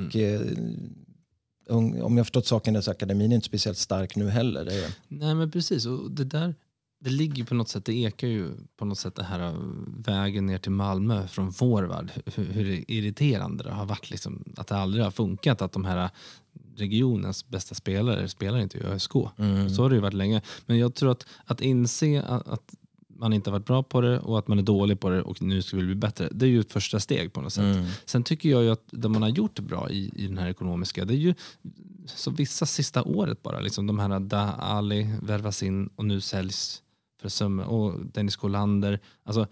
om jag förstått saken, så akademin är inte speciellt stark nu heller. Nej, men precis, och det där, det ligger på något sätt, det ekar ju på något sätt det här vägen ner till Malmö från vår värld, hur irriterande det har varit liksom, att det aldrig har funkat, att de här regionens bästa spelare spelar inte i ÖSK. Så har det ju varit länge. Men jag tror att inse att man inte har varit bra på det och att man är dålig på det och nu ska vi bli bättre, det är ju ett första steg på något sätt. Sen tycker jag ju att det man har gjort det bra i den här ekonomiska, det är ju så vissa sista året bara, liksom de här Da Ali värvas in och nu säljs för summor, och Dennis Kolander, alltså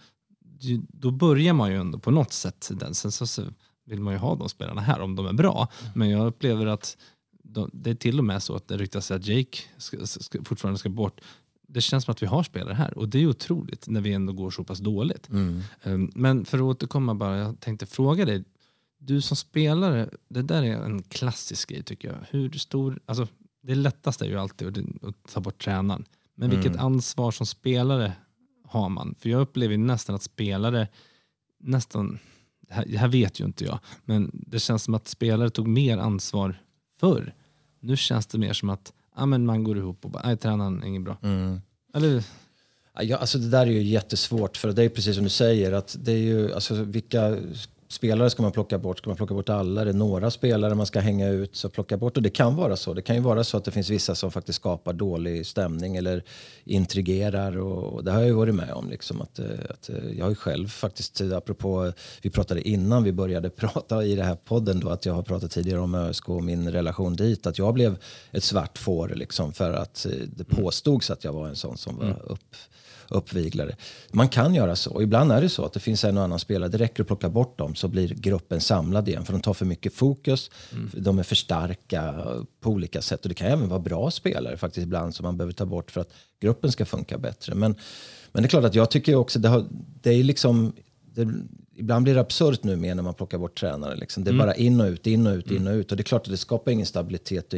då börjar man ju ändå på något sätt den. Sen så vill man ju ha de spelarna här om de är bra. Men jag upplever att det är till och med så att det ryktas att Jake fortfarande ska bort. Det känns som att vi har spelare här. Och det är ju otroligt när vi ändå går så pass dåligt. Men för att återkomma bara, jag tänkte fråga dig. Du som spelare, det där är en klassisk grej tycker jag. Hur stor, alltså det lättaste är ju alltid att ta bort tränaren. Men vilket ansvar som spelare har man? För jag upplever nästan att spelare nästan, det här vet ju inte jag, men det känns som att spelare tog mer ansvar förr. Nu känns det mer som att men man går ihop och bara, nej, tränaren är inget bra. Eller? Ja, alltså det där är ju jättesvårt, för det är precis som du säger, att det är ju, alltså vilka spelare ska man plocka bort? Ska man plocka bort alla? Är det några spelare man ska hänga ut så plocka bort? Och det kan vara så. Det kan ju vara så att det finns vissa som faktiskt skapar dålig stämning eller intrigerar, och det har jag ju varit med om liksom, att jag har ju själv faktiskt, apropå, vi pratade innan vi började prata i det här podden då, att jag har pratat tidigare om ÖSK och min relation dit, att jag blev ett svart får liksom, för att det påstods att jag var en sån som var uppviglare. Man kan göra så. Och ibland är det så att det finns en och annan spelare. Det räcker att plocka bort dem så blir gruppen samlad igen. För de tar för mycket fokus. De är för starka på olika sätt. Och det kan även vara bra spelare faktiskt ibland som man behöver ta bort för att gruppen ska funka bättre. Men det är klart att jag tycker också det är liksom... ibland blir det absurt nu med när man plockar bort tränare. Liksom. Det är bara in och ut, in och ut, in och ut. Och det är klart att det skapar ingen stabilitet och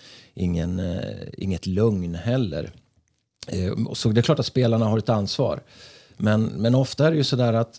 inget lugn heller. Så det är klart att spelarna har ett ansvar. Men ofta är det ju sådär att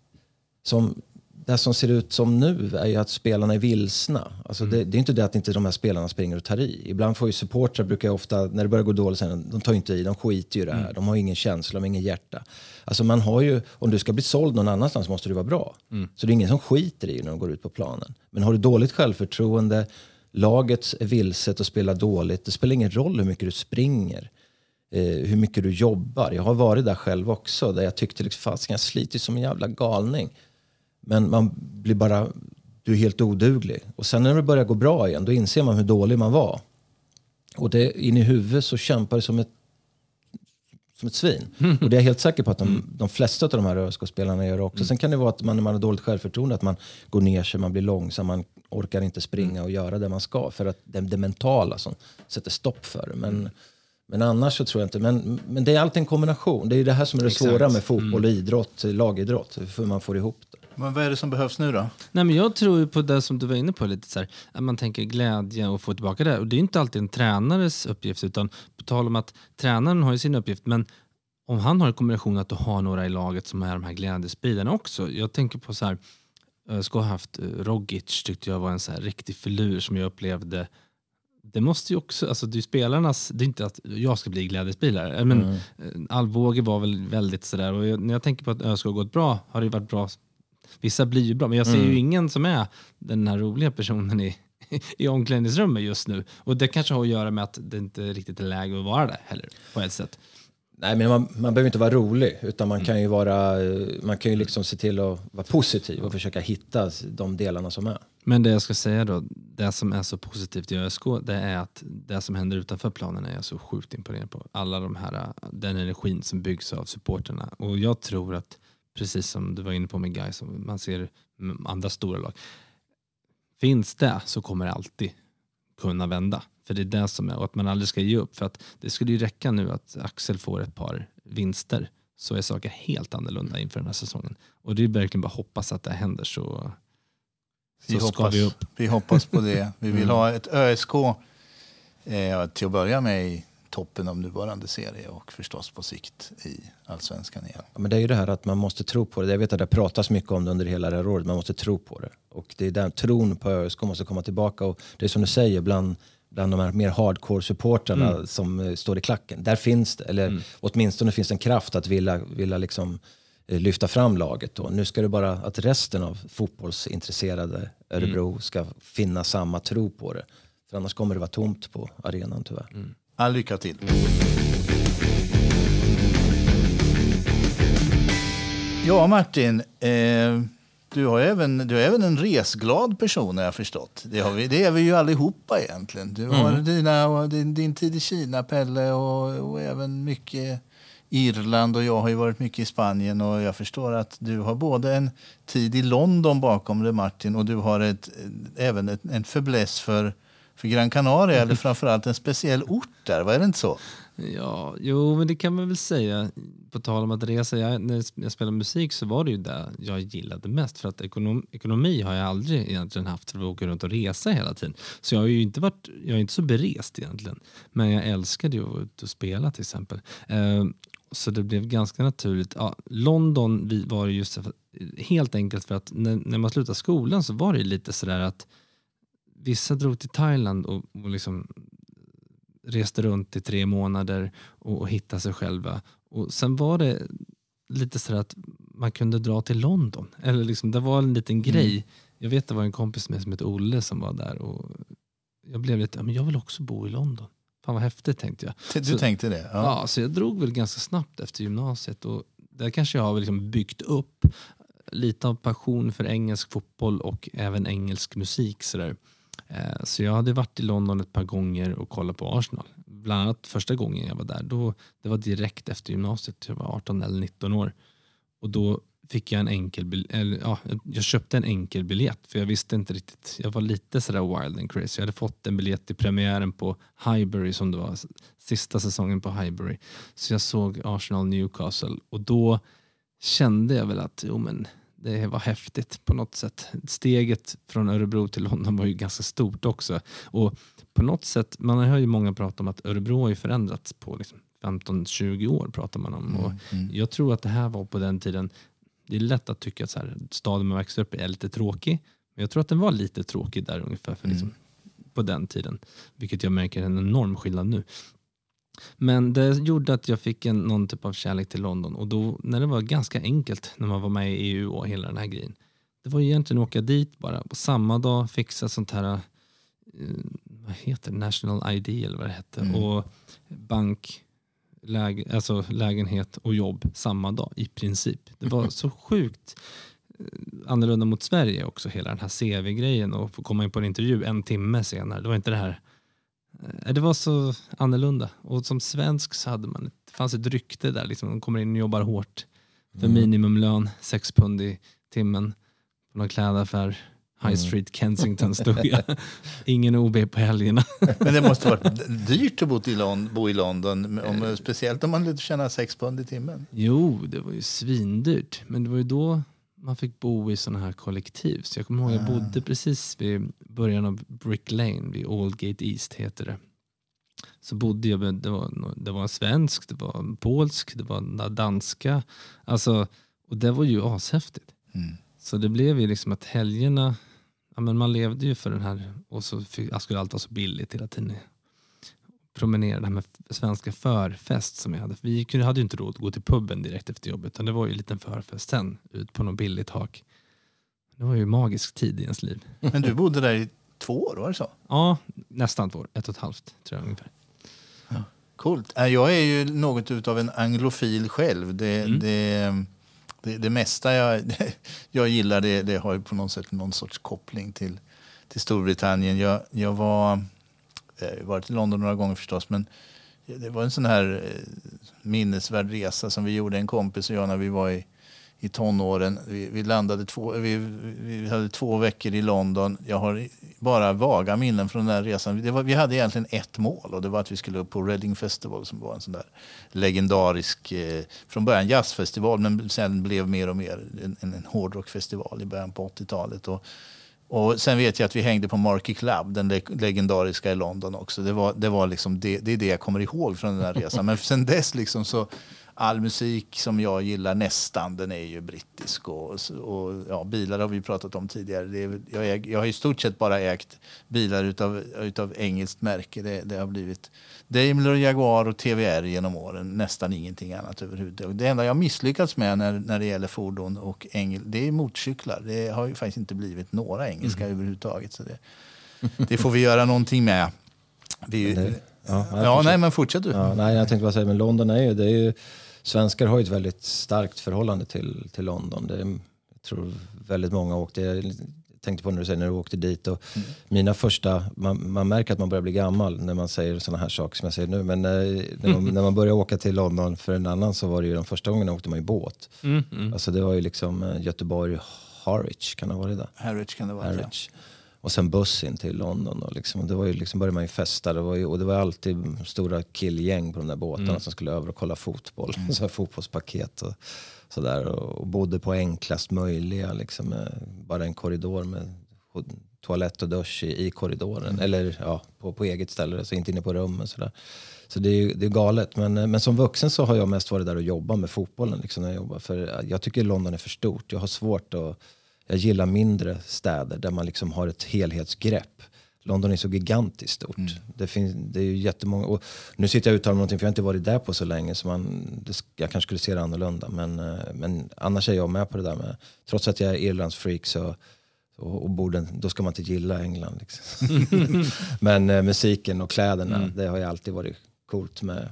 det som ser ut som nu är ju att spelarna är vilsna. Alltså det är inte det att inte de här spelarna springer och tar i. Ibland får ju supportrar, brukar ofta, när det börjar gå dåligt sen, de tar inte i, de skiter ju i det här. De har ingen känsla, de har ingen hjärta. Alltså man har ju, om du ska bli såld någon annanstans måste du vara bra. Så det är ingen som skiter i när de går ut på planen. Men har du dåligt självförtroende, laget är vilset och spelar dåligt, det spelar ingen roll hur mycket du springer. Hur mycket du jobbar. Jag har varit där själv också, där jag tyckte liksom, fast jag sliter som en jävla galning. Men man blir bara, du är helt oduglig. Och sen när det börjar gå bra igen, då inser man hur dålig man var. Och det, in i huvudet så kämpar det som ett svin. Och det är jag helt säker på att de flesta av de här ÖSK-spelarna gör också. Sen kan det vara att man, när man har dåligt självförtroende, att man går ner sig, man blir långsam, man orkar inte springa och göra det man ska. För att det mentala som sätter stopp för det. Men annars så tror jag inte. Men det är alltid en kombination. Det är ju det här som är det svåra med fotboll och idrott, lagidrott. Hur man får ihop det. Men vad är det som behövs nu då? Nej, men jag tror ju på det som du var inne på lite så här, att man tänker glädje och få tillbaka det. Och det är inte alltid en tränares uppgift, utan på tal om att tränaren har ju sin uppgift, men om han har en kombination att du har några i laget som är de här glädjespridarna också. Jag tänker på så här, jag ska ha haft Rogic, tyckte jag var en så här riktig förlur som jag upplevde. Det måste ju också, alltså det är spelarnas, det är inte att jag ska bli glädjespelare. Men Alvåge var väl väldigt sådär, och när jag tänker på att ÖSK har gått bra, har det varit bra. Vissa blir ju bra, men jag ser ju ingen som är den här roliga personen i omklädningsrummet just nu. Och det kanske har att göra med att det inte riktigt är läge att vara där heller, på ett sätt. Nej, men man behöver inte vara rolig, utan man kan ju man kan ju liksom se till att vara positiv och försöka hitta de delarna som är. Men det jag ska säga då, det som är så positivt i ÖSK, det är att det som händer utanför planen är jag så sjukt imponerad på. Alla de här, den energin som byggs av supporterna. Och jag tror att, precis som du var inne på med Gais, som man ser andra stora lag, finns det så kommer det alltid kunna vända. För det är det som är, och att man aldrig ska ge upp. För att det skulle ju räcka nu att Axel får ett par vinster, så är saker helt annorlunda inför den här säsongen. Och det är verkligen bara hoppas att det händer, så ska vi upp. Vi hoppas på det. Vi vill ha ett ÖSK till att börja med i toppen av nuvarande serie och förstås på sikt i Allsvenskan igen. Ja, men det är ju det här att man måste tro på det. Jag vet att det pratas mycket om det under hela det här året. Man måste tro på det. Och det är den tron på ÖSK måste komma tillbaka. Och det är som du säger, bland de här mer hardcore-supportrarna som står i klacken. Där finns det, eller åtminstone finns en kraft att vilja liksom lyfta fram laget då. Nu ska det bara att resten av fotbollsintresserade Örebro ska finna samma tro på det. För annars kommer det vara tomt på arenan tyvärr. All lycka till. Ja, Martin, du har även en resglad person, har jag förstått. Det är vi ju allihopa egentligen. Du har din tid i Kina, Pelle, och även mycket Irland, och jag har ju varit mycket i Spanien, och jag förstår att du har både en tid i London bakom dig, Martin, och du har även en fäbless för Gran Canaria, eller framförallt en speciell ort där, var det inte så? Ja, jo, men det kan man väl säga. På tal om att resa, när jag spelade musik så var det ju det jag gillade mest. För att ekonomi har jag aldrig egentligen haft för att åka runt och resa hela tiden. Så jag är inte så berest egentligen. Men jag älskade ju att ut och spela till exempel. Så det blev ganska naturligt. Ja, London var det just helt enkelt för att när man slutade skolan så var det lite sådär att vissa drog till Thailand och liksom reste runt i 3 månader och hittade sig själva. Och sen var det lite så att man kunde dra till London. Eller liksom, det var en liten grej. Jag vet, det var en kompis med som heter Olle som var där. Och jag blev lite, men jag vill också bo i London. Fan vad häftigt, tänkte jag. Du tänkte det? Ja, så jag drog väl ganska snabbt efter gymnasiet. Och där kanske jag har liksom byggt upp lite av passion för engelsk fotboll och även engelsk musik sådär. Så jag hade varit i London ett par gånger och kollat på Arsenal. Bland annat första gången jag var där. Det var direkt efter gymnasiet. Jag var 18 eller 19 år. Och då fick jag jag köpte en enkel biljett. För jag visste inte riktigt. Jag var lite sådär wild and crazy. Jag hade fått en biljett till premiären på Highbury, som det var sista säsongen på Highbury. Så jag såg Arsenal Newcastle. Och då kände jag väl att det var häftigt på något sätt. Steget från Örebro till London var ju ganska stort också. Och på något sätt, man hör ju många prata om att Örebro har ju förändrats på liksom 15-20 år pratar man om. Och jag tror att det här var på den tiden, det är lätt att tycka att så här, staden man växer upp är lite tråkig. Men jag tror att den var lite tråkig där ungefär för liksom, på den tiden. Vilket jag märker en enorm skillnad nu. Men det gjorde att jag fick någon typ av kärlek till London. Och då, när det var ganska enkelt när man var med i EU och hela den här grejen. Det var egentligen att åka dit bara. På samma dag fixa sånt här, vad heter det? National ID eller vad det hette. Och lägenhet och jobb samma dag i princip. Det var så sjukt annorlunda mot Sverige också, hela den här CV-grejen. Och få komma in på en intervju 1 timme senare. Det var inte det här Det var så annorlunda. Och som svensk så hade det fanns ett rykte där. Liksom, de kommer in och jobbar hårt för minimumlön, 6 pund i timmen på någon klädaffär. High Street, Kensington stod jag. Ingen OB på helgerna. Men det måste vara dyrt att bo i London, speciellt om man tjänar 6 pund i timmen. Jo, det var ju svindyrt. Men det var ju då man fick bo i såna här kollektiv. Så jag kommer ihåg, jag bodde precis vid början av Brick Lane, vid Aldgate East heter det. Så bodde jag, det var en svensk, det var en polsk, det var danska. Alltså, och det var ju ashäftigt. Så det blev ju liksom att helgerna, ja, men man levde ju för den här, och så jag skulle allt vara så billigt hela tiden. Promenera det här med svenska förfest som jag hade. Vi hade ju inte råd att gå till puben direkt efter jobbet, utan det var ju en liten förfest sen ut på något billigt hak. Det var ju magisk tid i ens liv. Men du bodde där i 2 år, var det så? Ja, nästan 2 år. 1,5 tror jag ungefär. Ja, coolt. Jag är ju något utav en anglofil själv. Det mesta jag gillar det har ju på något sätt någon sorts koppling till Storbritannien. Jag har varit i London några gånger förstås, men det var en sån här minnesvärd resa som vi gjorde, en kompis och jag, när vi var i tonåren. Vi landade vi hade 2 veckor i London. Jag har bara vaga minnen från den här resan. Vi hade egentligen ett mål, och det var att vi skulle upp på Reading Festival, som var en sån där legendarisk, från början jazzfestival, men sen blev mer och mer en hårdrockfestival i början på 80-talet. Och sen vet jag att vi hängde på Marquee Club, den legendariska i London också. Det var liksom det är det jag kommer ihåg från den här resan. Men sen dess liksom så, all musik som jag gillar nästan, den är ju brittisk. Och ja, bilar har vi pratat om tidigare. Jag har i stort sett bara ägt bilar utav engelskt märke. Det har blivit Daimler, Jaguar och TVR genom åren. Nästan ingenting annat överhuvudtaget. Det enda jag misslyckats med när det gäller fordon och det är motorcyklar. Det har ju faktiskt inte blivit några engelska överhuvudtaget. Så det får vi göra någonting med. Men fortsätt du. Ja, jag tänkte bara säga, men London det är ju svenskar har ju ett väldigt starkt förhållande till London. Jag tror väldigt många åkte. Jag tänkte på när du åkte dit. Och mina första, man märker att man börjar bli gammal när man säger såna här saker som jag säger nu. Men när man börjar åka till London för en annan, så var det ju de första gångerna åkte man i båt. Alltså det var ju liksom Göteborg, Harwich kan det vara det där. Harwich kan det vara. Harwich. Och sen buss in till London. Och det var ju liksom, började man ju festa. Det var alltid stora killgäng på de där båtarna som skulle över och kolla fotboll. Så här fotbollspaket och sådär. Och bodde på enklast möjliga. Liksom, bara en korridor med toalett och dusch i korridoren. Eller ja, på eget ställe. Så inte inne på rummen. Så det är galet. Men som vuxen så har jag mest varit där och jobbat med fotbollen. Liksom, när jag jobbar. För jag tycker London är för stort. Jag har svårt att... Jag gillar mindre städer där man liksom har ett helhetsgrepp. London är så gigantiskt stort. Det är ju jättemånga. Och nu sitter jag och uttalar någonting, för jag har inte varit där på så länge. Så jag kanske skulle se det annorlunda. Men annars är jag med på det där med. Trots att jag är Irlandsfreak och då ska man inte gilla England. Liksom. Men musiken och kläderna, det har ju alltid varit coolt med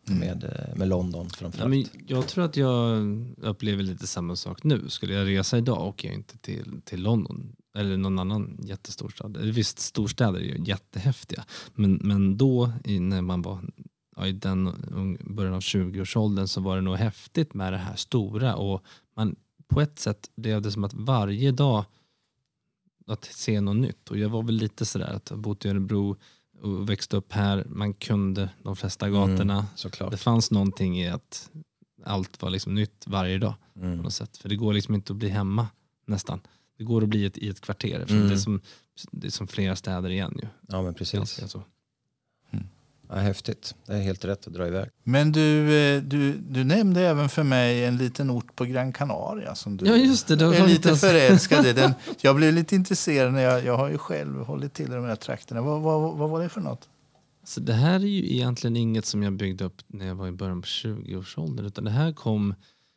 London framförallt. Men jag tror att jag upplever lite samma sak nu. Skulle jag resa idag åker jag inte till London eller någon annan jättestor stad. Visst, storstäder är ju jättehäftiga. Men då när man var i den början av 20-årsåldern, så var det nog häftigt med det här stora. Och man på ett sätt blev det som att varje dag att se något nytt. Och jag var väl lite sådär att jag bott i Örebro och växte upp här. Man kunde de flesta gatorna. Såklart. Det fanns någonting i att allt var liksom nytt varje dag. På något sätt. För det går liksom inte att bli hemma nästan. Det går att bli i ett kvarter. Det är som flera städer igen ju. Ja, men precis. Ganska så. Ja, häftigt. Det är helt rätt att dra iväg. Men du nämnde även för mig en liten ort på Gran Canaria som du just det, är lite förälskad i. Jag blev lite intresserad när jag har ju själv hållit till i de här trakterna. Vad var det för något? Så det här är ju egentligen inget som jag byggde upp när jag var i början på 20-årsåldern. Utan det här kom...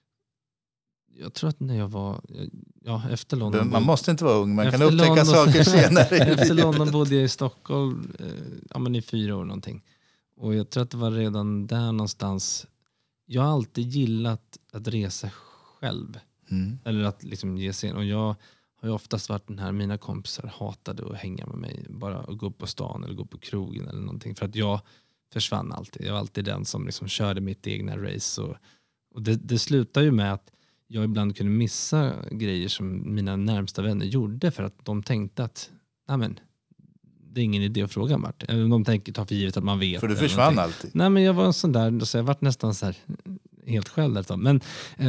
Jag tror att när jag var... efter London... Man måste inte vara ung, man kan upptäcka saker senare. Efter London bodde jag i Stockholm i 4 år någonting. Och jag tror att det var redan där någonstans. Jag har alltid gillat att resa själv. Eller att liksom ge sig in. Och jag har ju oftast varit den här, mina kompisar hatade att hänga med mig. Bara att gå upp på stan eller gå på krogen eller någonting. För att jag försvann alltid. Jag var alltid den som liksom körde mitt egna race. Och det slutar ju med att jag ibland kunde missa grejer som mina närmsta vänner gjorde. För att de tänkte att, nej men, det är ingen idé att fråga Martin. Eller de tänker ta för givet att man vet. För du försvann alltid. Nej, men jag var en sån där, så jag var nästan så här helt själv där. Men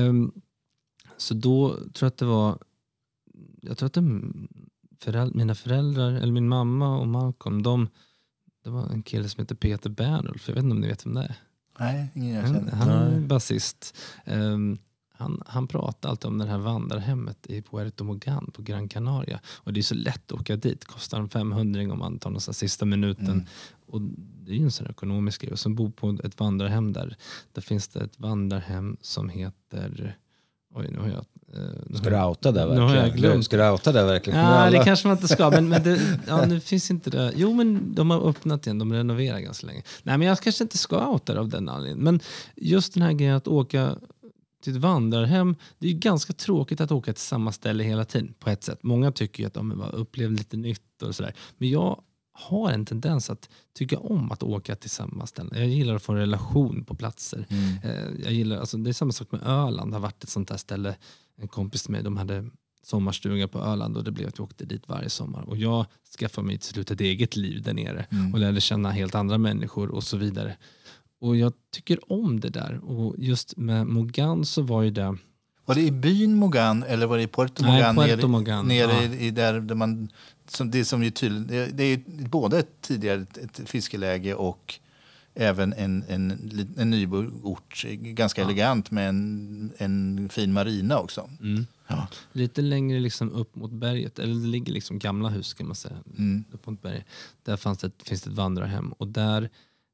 så då tror jag att det var, jag tror att mina föräldrar, eller min mamma och Malcolm, det var en kille som heter Peter Bernulf. Jag vet inte om ni vet vem det är. Nej, ingen jag känner. Han är basist. Han pratade alltid om det här vandrarhemmet i Puerto Mogan på Gran Canaria. Och det är så lätt att åka dit. Kostar 500 om man tar någon sista minuten. Och det är ju en sån här ekonomisk grej. Och som bor på ett vandrarhem där finns det ett vandrarhem som heter... Oj, nu har jag... Ska du outa det verkligen? Ska du outa det verkligen? Nej, det kanske man inte ska. Men nu finns inte det. Jo, men de har öppnat igen. De renoverar ganska länge. Nej, men jag kanske inte ska outa det av den anledningen. Men just den här grejen att åka till ett vandrarhem. Det är ju ganska tråkigt att åka till samma ställe hela tiden på ett sätt. Många tycker ju att de upplever lite nytt och sådär. Men jag har en tendens att tycka om att åka till samma ställe. Jag gillar att få en relation på platser. Jag gillar, alltså det är samma sak med Öland. Det har varit ett sånt där ställe. En kompis till mig, de hade sommarstuga på Öland och det blev att vi åkte dit varje sommar. Och jag skaffade mig till slut ett eget liv där nere. Och lärde känna helt andra människor och så vidare. Och jag tycker om det där. Och just med Mogan så var ju det... Var det i byn Mogan eller var det i Puerto Mogan? Nej, Puerto Mogan. Nere i där man... Det som är tydligt, det är både tidigare ett fiskeläge och även en nyboort, ganska elegant med en fin marina också. Ja. Lite längre liksom upp mot berget, eller det ligger liksom gamla hus kan man säga, upp mot berget. Där finns det ett vandrarhem och där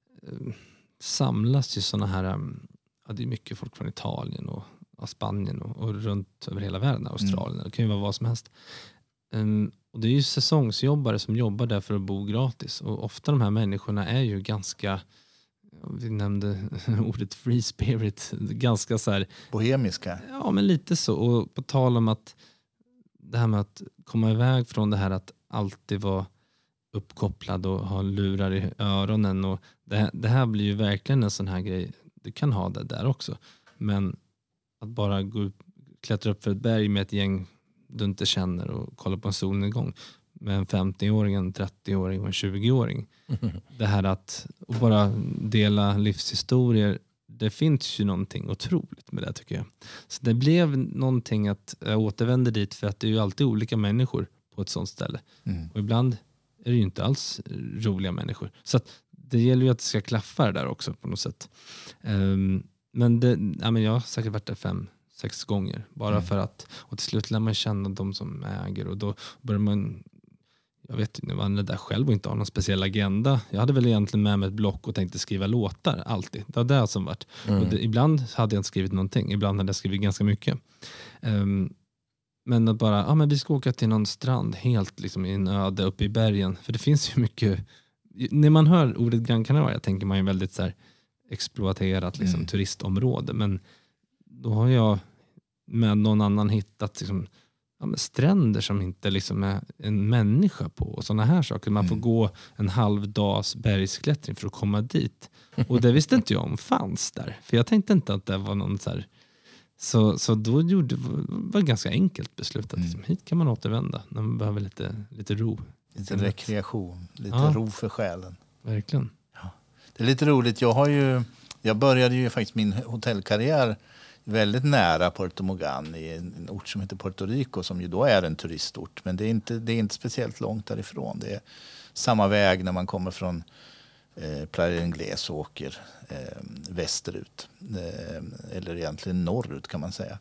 samlas ju såna här, det är mycket folk från Italien och Spanien och runt över hela världen, Australien, det kan ju vara vad som helst. Och det är ju säsongsjobbare som jobbar där för att bo gratis. Och ofta de här människorna är ju ganska, vi nämnde ordet free spirit, ganska så här... Bohemiska. Ja, men lite så. Och på tal om att det här med att komma iväg från det här att alltid vara uppkopplad och ha lurar i öronen. Och det här blir ju verkligen en sån här grej. Du kan ha det där också. Men att bara klättra upp för ett berg med ett gäng du inte känner och kolla på en solnedgång med en 50-åring, en 30-åring och en 20-åring. Det här att bara dela livshistorier, det finns ju någonting otroligt med det tycker jag. Så det blev någonting att jag återvände dit för att det är ju alltid olika människor på ett sånt ställe. Och ibland är det ju inte alls roliga människor. Så att det gäller ju att det ska klaffa det där också på något sätt. Men jag har säkert varit där 5-6 gånger. Bara för att, och till slut lär man känna de som äger och då börjar man, jag vet inte, man är där själv och inte har någon speciell agenda. Jag hade väl egentligen med mig ett block och tänkte skriva låtar alltid. Det var det som varit. Och ibland hade jag inte skrivit någonting. Ibland hade jag skrivit ganska mycket. Men att bara, men vi ska åka till någon strand helt liksom i en öde uppe i bergen. För det finns ju mycket, när man hör ordet Gran Canaria tänker man ju väldigt så här exploaterat liksom, turistområde. Men då har jag med någon annan hittat liksom, stränder som inte liksom är en människa på och sådana här saker. Man får gå en halv dags bergsklättring för att komma dit. Och det visste inte jag om fanns där. För jag tänkte inte att det var någon så här... Så då var det ganska enkelt beslut att liksom, hit kan man återvända när man behöver lite ro. Lite rekreation, lite ro för själen. Verkligen. Ja. Det är lite roligt. Jag började ju faktiskt min hotellkarriär väldigt nära Puerto Mogan i en ort som heter Puerto Rico som ju då är en turistort. Men det är inte speciellt långt därifrån. Det är samma väg när man kommer från Playa Ingles och åker västerut. Eller egentligen norrut kan man säga.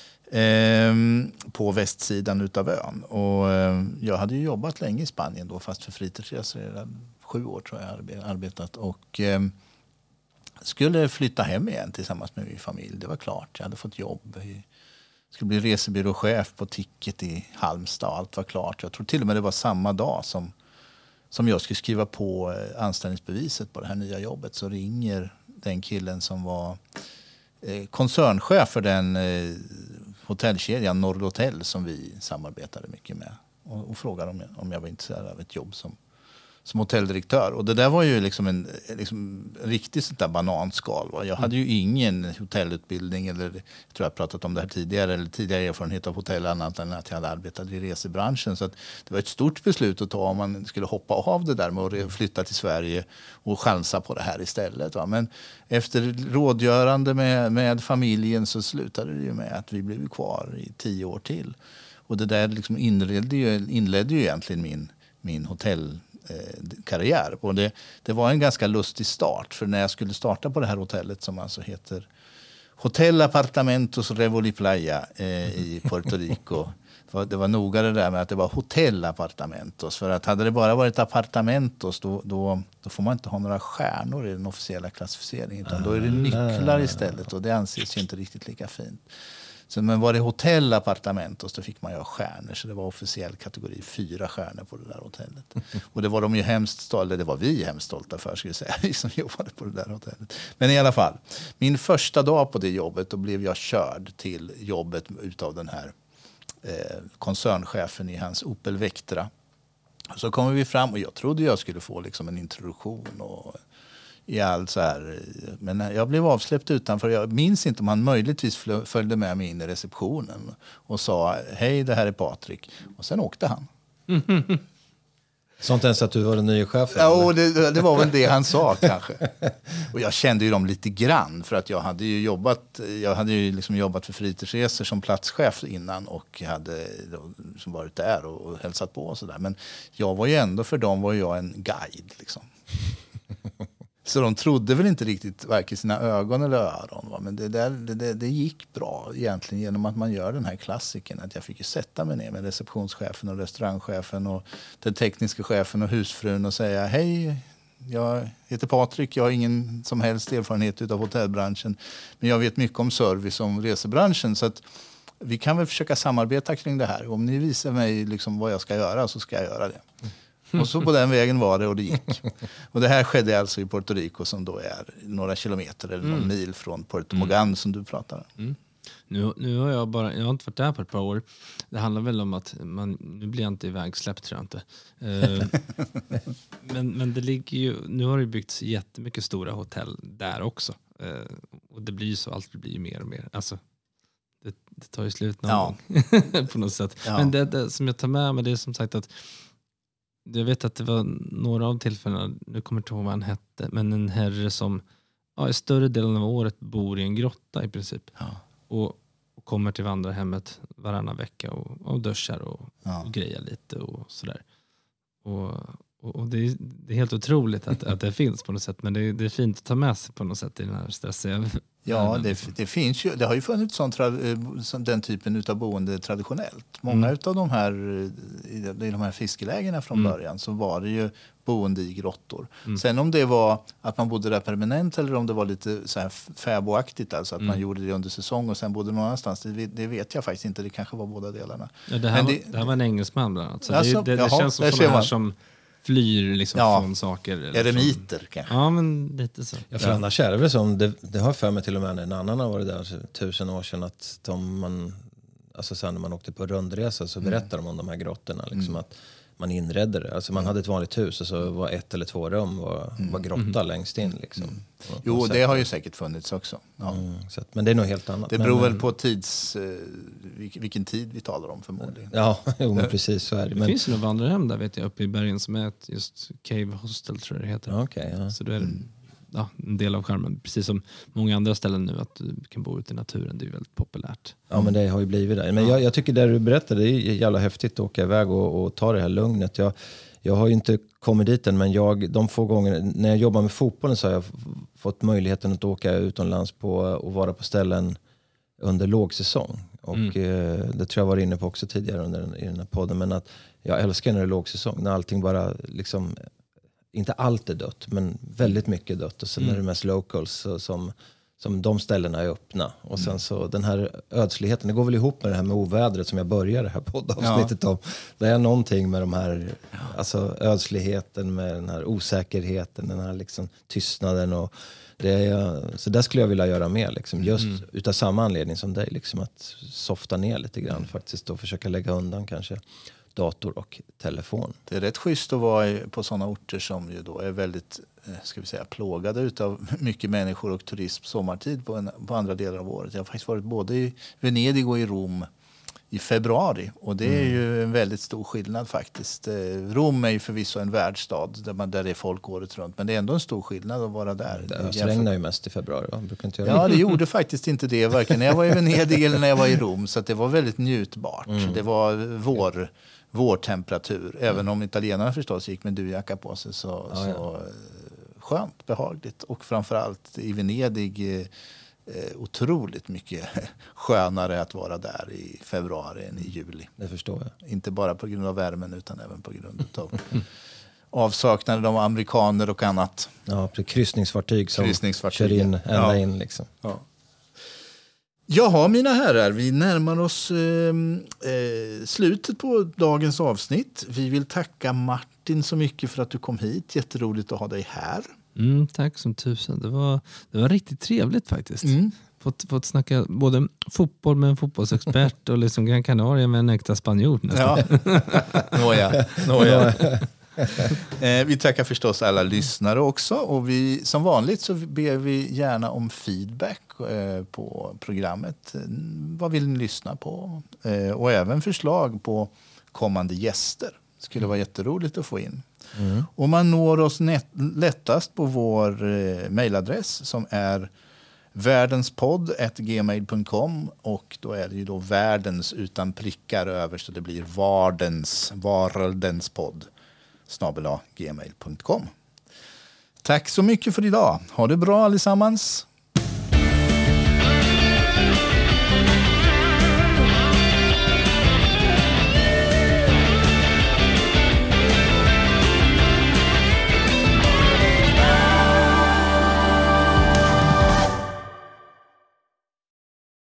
På västsidan utav ön. Och jag hade ju jobbat länge i Spanien då, fast för fritidsresor. 7 år tror jag arbetat. Och skulle flytta hem igen tillsammans med min familj. Det var klart. Jag hade fått jobb. Jag skulle bli resebyråchef på Ticket i Halmstad. Allt var klart. Jag tror till och med det var samma dag som jag skulle skriva på anställningsbeviset på det här nya jobbet. Så ringer den killen som var koncernchef för den hotellkedjan Nordhotel som vi samarbetade mycket med. Och frågade om jag var intresserad av ett jobb som hotelldirektör. Och det där var ju liksom en riktigt sånt där bananskal. Va? Jag hade ju ingen hotellutbildning eller, jag tror jag pratat om det här tidigare, eller tidigare erfarenhet av hotell annat än att jag hade arbetat i resebranschen. Så att det var ett stort beslut att ta om man skulle hoppa av det där med att flytta till Sverige och chansa på det här istället. Va? Men efter rådgörande med familjen så slutade det ju med att vi blev kvar i 10 år till. Och det där liksom inledde ju egentligen min hotellkarriär. Och det var en ganska lustig start. För när jag skulle starta på det här hotellet som alltså heter Hotel Apartamentos Revoli Playa i Puerto Rico. Det var noga det där med att det var Hotel Apartamentos. För att hade det bara varit Apartamentos då får man inte ha några stjärnor i den officiella klassificeringen. Utan då är det nycklar istället och det anses ju inte riktigt lika fint. Så, men var det Hotel Apartamentos då fick man ju ha stjärnor. Så det var officiell kategori 4 stjärnor på det där hotellet. Och det var de ju det var vi hemskt stolta för, skulle jag säga, vi som jobbade på det där hotellet. Men i alla fall, min första dag på det jobbet då blev jag körd till jobbet utav den här koncernchefen i hans Opel Vectra. Så kommer vi fram och jag trodde jag skulle få liksom en introduktion och i allt så här. Men jag blev avsläppt utanför. Jag minns inte om han möjligtvis följde med mig in i receptionen och sa hej, det här är Patrik. Och sen åkte han. Sånt ens att du var den nya chefen? Ja, det var väl det han sa kanske. Och jag kände ju dem lite grann för att jag hade ju jobbat för Fritidsresor som platschef innan och hade liksom varit där och hälsat på och sådär. Men jag var ju ändå, för dem var jag en guide liksom. Så de trodde väl inte riktigt varken sina ögon eller öron. Va? Men det gick bra egentligen genom att man gör den här klassiken. Att jag fick ju sätta mig ner med receptionschefen och restaurangchefen och den tekniska chefen och husfrun och säga hej, jag heter Patrik, jag har ingen som helst erfarenhet av hotellbranschen. Men jag vet mycket om service och om resebranschen så att vi kan väl försöka samarbeta kring det här. Om ni visar mig liksom vad jag ska göra så ska jag göra det. Och så på den vägen var det och det gick. Och det här skedde alltså i Puerto Rico som då är några kilometer eller någon mil från Puerto Mogan som du pratar om. Nu har jag har inte varit där på ett par år. Det handlar väl om att nu blir jag inte ivägsläppt tror jag inte. Men det ligger ju, nu har det byggts jättemycket stora hotell där också. Och det blir ju så, allt blir ju mer och mer. Alltså, det tar ju slut någon gång på något sätt. Ja. Men det som jag tar med mig det är som sagt att jag vet att det var några av tillfällena, nu kommer jag inte ihåg vad han hette, men en herre som i större delen av året bor i en grotta i princip. Ja. Och kommer till vandrarhemmet varannan vecka och duschar och grejar lite och sådär. Och det är helt otroligt att det finns på något sätt, men det är fint att ta med sig på något sätt i den här stressiga. Ja, det finns ju, det har ju funnits den typen av boende traditionellt. Många av de här fiskelägena från början så var det ju boende i grottor. Sen om det var att man bodde där permanent eller om det var lite så här fäboaktigt, alltså att man gjorde det under säsong och sen bodde någon annanstans, det vet jag faktiskt inte. Det kanske var båda delarna. Ja, det här var en engelsman bland annat. Så det känns som sådana här som flyr liksom från saker. Eller eremiter kanske. Ja, men lite så. Ja, för annars är det väl som, det har för mig till och med en annan har varit där 1000 år sedan att sen när man åkte på rundresa så berättade de om de här grottorna liksom att man inredde det. Alltså man hade ett vanligt hus och så var 1 eller 2 rum var grotta längst in liksom. Jo, det har ju säkert funnits också. Ja. Men det är nog helt annat. Det beror väl på vilken tid vi talar om förmodligen. Ja, men precis så är det. Det finns ju några vandrarhem där vet jag uppe i bergen som är just Cave Hostel tror jag det heter. Okay, så det är en del av skärmen. Precis som många andra ställen nu att du kan bo ute i naturen. Det är väldigt populärt. Ja, men det har ju blivit där. Men jag tycker det du berättade det är jävla häftigt att åka iväg och ta det här lugnet. Jag har ju inte kommit dit än, men de få gånger när jag jobbar med fotbollen så har jag fått möjligheten att åka utomlands och vara på ställen under lågsäsong. Och det tror jag var inne på också tidigare i den här podden. Men att jag älskar när det är lågsäsong. När allting bara liksom, inte allt är dött, men väldigt mycket dött. Och sen är det mest locals som de ställena är öppna. Och sen så den här ödsligheten, det går väl ihop med det här med ovädret som jag började det här poddavsnittet om. Det är någonting med de här, alltså ödsligheten, med den här osäkerheten, den här liksom tystnaden och så där skulle jag vilja göra mer liksom, just utav samma anledning som dig liksom, att softa ner lite grann faktiskt och försöka lägga undan kanske dator och telefon. Det är rätt schysst att vara på sådana orter som ju då är väldigt, ska vi säga, plågade utav mycket människor och turism sommartid på andra delar av året. Jag har faktiskt varit både i Venedig och i Rom i februari, och det är ju en väldigt stor skillnad faktiskt. Rom är ju förvisso en världsstad där det är folk året runt, men det är ändå en stor skillnad att vara där. Det regnar ju mest i februari, va? Brukar inte göra Ja, det gjorde faktiskt inte det, varken när jag var i Venedig eller när jag var i Rom, så att det var väldigt njutbart. Det var vårtemperatur, även om italienarna förstås gick med dujacka på sig, så skönt, behagligt, och framförallt i Venedig otroligt mycket skönare att vara där i februari än i juli. Det förstår jag. Inte bara på grund av värmen utan även på grund av avsaknaden av amerikaner och annat. Ja, kryssningsfartyg som kör in ända in liksom. Ja. Jaha, mina herrar, vi närmar oss slutet på dagens avsnitt. Vi vill tacka Martin så mycket för att du kom hit. Jätteroligt att ha dig här. Tack som tusen. Det var riktigt trevligt faktiskt. Fått snacka både fotboll med en fotbollsexpert och liksom Gran Canaria med en äkta spanjor nästan. Ja. Nåja. Vi tackar förstås alla lyssnare också, och vi, som vanligt så ber vi gärna om feedback på programmet. Vad vill ni lyssna på? Och även förslag på kommande gäster. Det skulle vara jätteroligt att få in. Och man når oss lättast på vår mejladress som är värdenspodd@gmail.com, och då är det ju då världens utan prickar över, så det blir vardenspodd @gmail.com. Tack så mycket för idag. Ha det bra allesammans.